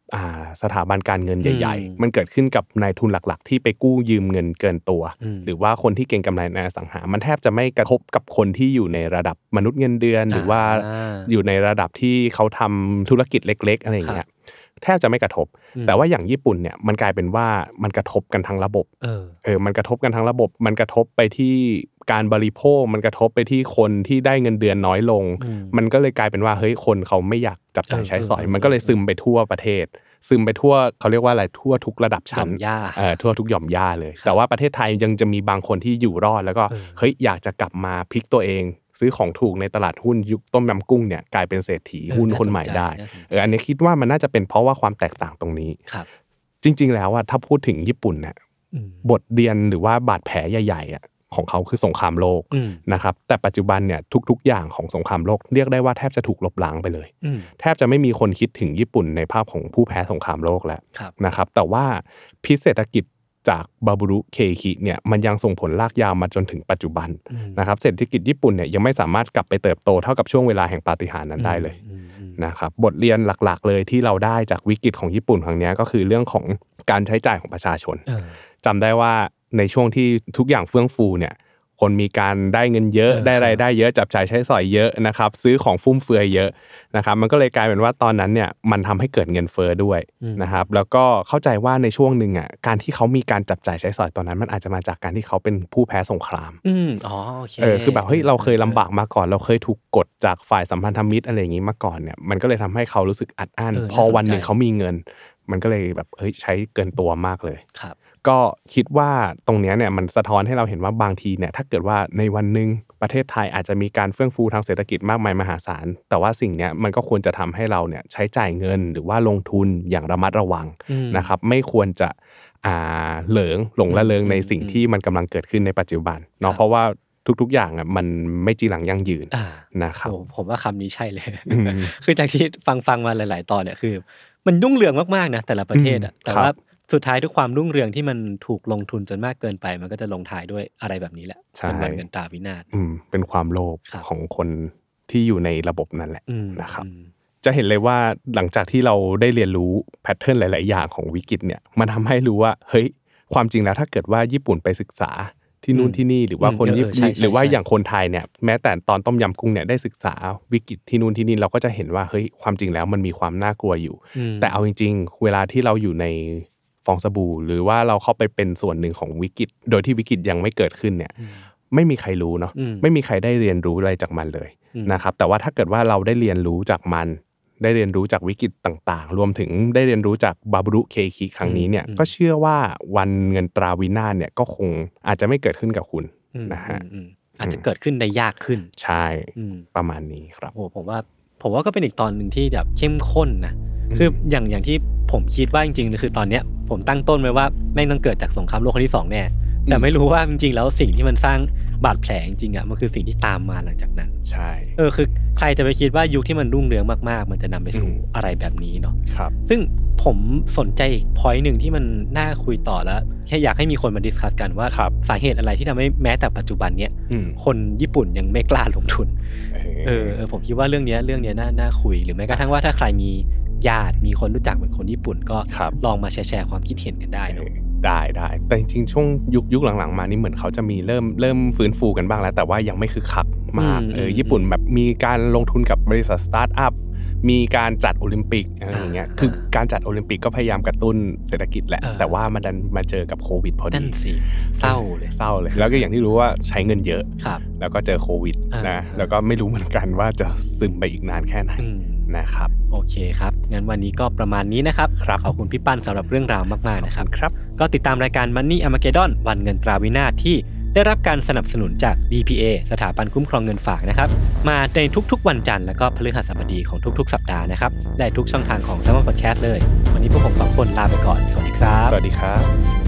สถาบันการเงินใหญ่ๆมันเกิดขึ้นกับนายทุนหลักๆที่ไปกู้ยืมเงินเกินตัวหรือว่าคนที่เก็งกำไรในอสังหามันแทบจะไม่กระทบกับคนที่อยู่ในระดับมนุษย์เงินเดือนหรือว่าอยู่ในระดับที่เขาทำธุรกิจเล็กๆอะไรอย่างเงี้ยแทบจะไม่กระทบแต่ว่าอย่างญี่ปุ่นเนี่ยมันกลายเป็นว่ามันกระทบกันทั้งระบบมันกระทบกันทั้งระบบมันกระทบไปที่การบริโภคมันกระทบไปที่คนที่ได้เงินเดือนน้อยลงมันก็เลยกลายเป็นว่าเฮ้ยคนเขาไม่อยากจับจ่ายใช้สอยมันก็เลยซึมไปทั่วประเทศซึมไปทั่วเขาเรียกว่าอะไรทั่วทุกระดับชั้นทั่วทุกหย่อมย่าเลยแต่ว่าประเทศไทยยังจะมีบางคนที่อยู่รอดแล้วก็เฮ้ยอยากจะกลับมาพลิกตัวเองซื้อของถูกในตลาดหุ้นยุคต้มยำกุ้งเนี่ยกลายเป็นเศรษฐีหุ้นคนใหม่ได้อันนี้คิดว่ามันน่าจะเป็นเพราะว่าความแตกต่างตรงนี้จริงๆแล้วถ้าพูดถึงญี่ปุ่นเนี่ยบทเรียนหรือว่าบาดแผลใหญ่ๆของเขาคือสงครามโลกนะครับแต่ปัจจุบันเนี่ยทุกๆอย่างของสงครามโลกเรียกได้ว่าแทบจะถูกลบล้างไปเลยแทบจะไม่มีคนคิดถึงญี่ปุ่นในภาพของผู้แพ้สงครามโลกแล้วนะครับแต่ว่าพิษเศรษฐกิจจากบาบุรุเคคิเนี่ยมันยังส่งผลลากยาวมาจนถึงปัจจุบันนะครับเศรษฐกิจญี่ปุ่นเนี่ยยังไม่สามารถกลับไปเติบโตเท่ากับช่วงเวลาแห่งปาฏิหาริย์นั้นได้เลยนะครับบทเรียนหลักๆเลยที่เราได้จากวิกฤตของญี่ปุ่นครั้งนี้ก็คือเรื่องของการใช้จ่ายของประชาชนจำได้ว่าในช่วงที่ทุกอย่างเฟื่องฟูเนี่ยคนมีการได้เงินเยอะได้รายได้เยอะจับจ่ายใช้สอยเยอะนะครับซื้อของฟุ่มเฟือยเยอะนะครับมันก็เลยกลายเป็นว่าตอนนั้นเนี่ยมันทำให้เกิดเงินเฟ้อด้วยนะครับแล้วก็เข้าใจว่าในช่วงนึงการที่เขามีการจับจ่ายใช้สอยตอนนั้นมันอาจจะมาจากการที่เขาเป็นผู้แพ้สงครามโอเคคือแบบเฮ้ยเราเคยลำบากมาก่อนเราเคยถูกกดจากฝ่ายสัมพันธมิตรอะไรอย่างงี้มาก่อนเนี่ยมันก็เลยทำให้เขารู้สึกอัดอั้นพอวันนึงเขามีเงินมันก็เลยแบบเฮ้ยใช้เกินตัวมากเลยก็คิดว่าตรงนี้เนี่ยมันสะท้อนให้เราเห็นว่าบางทีเนี่ยถ้าเกิดว่าในวันนึงประเทศไทยอาจจะมีการเฟื่องฟูทางเศรษฐกิจมากมายมหาศาลแต่ว่าสิ่งนี้มันก็ควรจะทำให้เราเนี่ยใช้จ่ายเงินหรือว่าลงทุนอย่างระมัดระวังนะครับไม่ควรจะหลงละเลงในสิ่งที่มันกำลังเกิดขึ้นในปัจจุบันเนาะเพราะว่าทุกๆอย่างมันไม่จีรังยั่งยืนนะครับผมว่าคำนี้ใช่เลย คือจากที่ฟังมาหลายๆตอนเนี่ยคือมันรุ่งเรืองมากๆนะแต่ละประเทศแต่ว่าสุดท้ายทุกความรุ่งเรืองที่มันถูกลงทุนจนมากเกินไปมันก็จะลงท้ายด้วยอะไรแบบนี้แหละเป็นวันเงินตราวินาศเป็นความโลภของคนที่อยู่ในระบบนั่นแหละนะครับจะเห็นเลยว่าหลังจากที่เราได้เรียนรู้แพทเทิร์นหลายๆอย่างของวิกฤตเนี่ยมันทำให้รู้ว่าเฮ้ยความจริงแล้วถ้าเกิดว่าญี่ปุ่นไปศึกษาที่นู่นที่นี่หรือว่าคนญี่ปุ่นหรือว่าอย่างคนไทยเนี่ยแม้แต่ตอนต้มยำกุ้งเนี่ยได้ศึกษาวิกฤตที่นู่นที่นี่เราก็จะเห็นว่าเฮ้ยความจริงแล้วมันมีความน่ากลัวอยู่แต่เอาจริงๆเวลาที่เราอยู่ในฟองสบู่หรือว่าเราเข้าไปเป็นส่วนหนึ่งของวิกฤตโดยที่วิกฤตยังไม่เกิดขึ้นเนี่ยไม่มีใครรู้เนาะไม่มีใครได้เรียนรู้อะไรจากมันเลยนะครับแต่ว่าถ้าเกิดว่าเราได้เรียนรู้จากมันได้เรียนรู้จากวิกฤตต่างๆรวมถึงได้เรียนรู้จากบาบุรุเคคิครั้งนี้เนี่ยก็เชื่อว่าวันเงินตราวินาศเนี่ยก็คงอาจจะไม่เกิดขึ้นกับคุณนะฮะอาจจะเกิดขึ้นได้ยากขึ้นใช่ประมาณนี้ครับโอ้ผมว่าก็เป็นอีกตอนนึงที่แบบเข้มข้นนะคืออย่างที่ผมคิดว่าจริงๆคือตอนเนี้ยผมตั้งต้นไว้ว่าแม่งต้องเกิดจากสงครามโลกครั้งที่2แน่แต่ไม่รู้ว่าจริงๆแล้วสิ่งที่มันสร้างบาดแผลจริงๆมันคือสิ่งที่ตามมาหลังจากนั้นใช่คือใครจะไปคิดว่ายุคที่มันรุ่งเรืองมากๆมันจะนำไปสู่อะไรแบบนี้เนาะครับซึ่งผมสนใจอีก point นึงที่มันน่าคุยต่อแล้วแค่อยากให้มีคนมาดิสคัสกันว่าสาเหตุอะไรที่ทำให้แม้แต่ปัจจุบันเนี้ยคนญี่ปุ่นยังไม่กล้าลงทุนผมคิดว่าเรื่องนี้น่าคุยหรือแม้กระทั่งว่าถ้าใครมีญาติมีคนรู้จักเป็นคนญี่ปุ่นก็ลองมาแชร์ความคิดเห็นกันได้เนาะได้แต่จริงๆช่วงยุคหลังๆมานี่เหมือนเขาจะมีเริ่มฟื้นฟูกันบ้างแล้วแต่ว่ายังไม่คึกคักมากญี่ปุ่นแบบมีการลงทุนกับบริษัทสตาร์ทอัพมีการจัดโอลิมปิกอะไรอย่างเงี้ยคือการจัดโอลิมปิกก็พยายามกระตุ้นเศรษฐกิจแหละแต่ว่ามันดันมาเจอกับโควิดพอดีนั่นสิเศร้าเลยแล้วก็อย่างที่รู้ว่าใช้เงินเยอะแล้วก็เจอโควิดนะแล้วก็ไม่รู้เหมือนกันว่าจะซึมไปอีกนานแค่ไหนนะครับโอเคครับงั้นวันนี้ก็ประมาณนี้นะครับขอบคุณพี่ปั้นสำหรับเรื่องราวมากๆนะครับก็ติดตามรายการ Money Armageddon วันเงินตราวินาศที่ได้รับการสนับสนุนจาก DPA สถาบันคุ้มครองเงินฝากนะครับมาในทุกๆวันจันทร์และก็พฤหัสบดีของทุกๆสัปดาห์นะครับได้ทุกช่องทางของ Salmon Podcast เลยวันนี้พวกผม2คนลาไปก่อนสวัสดีครับสวัสดีครับ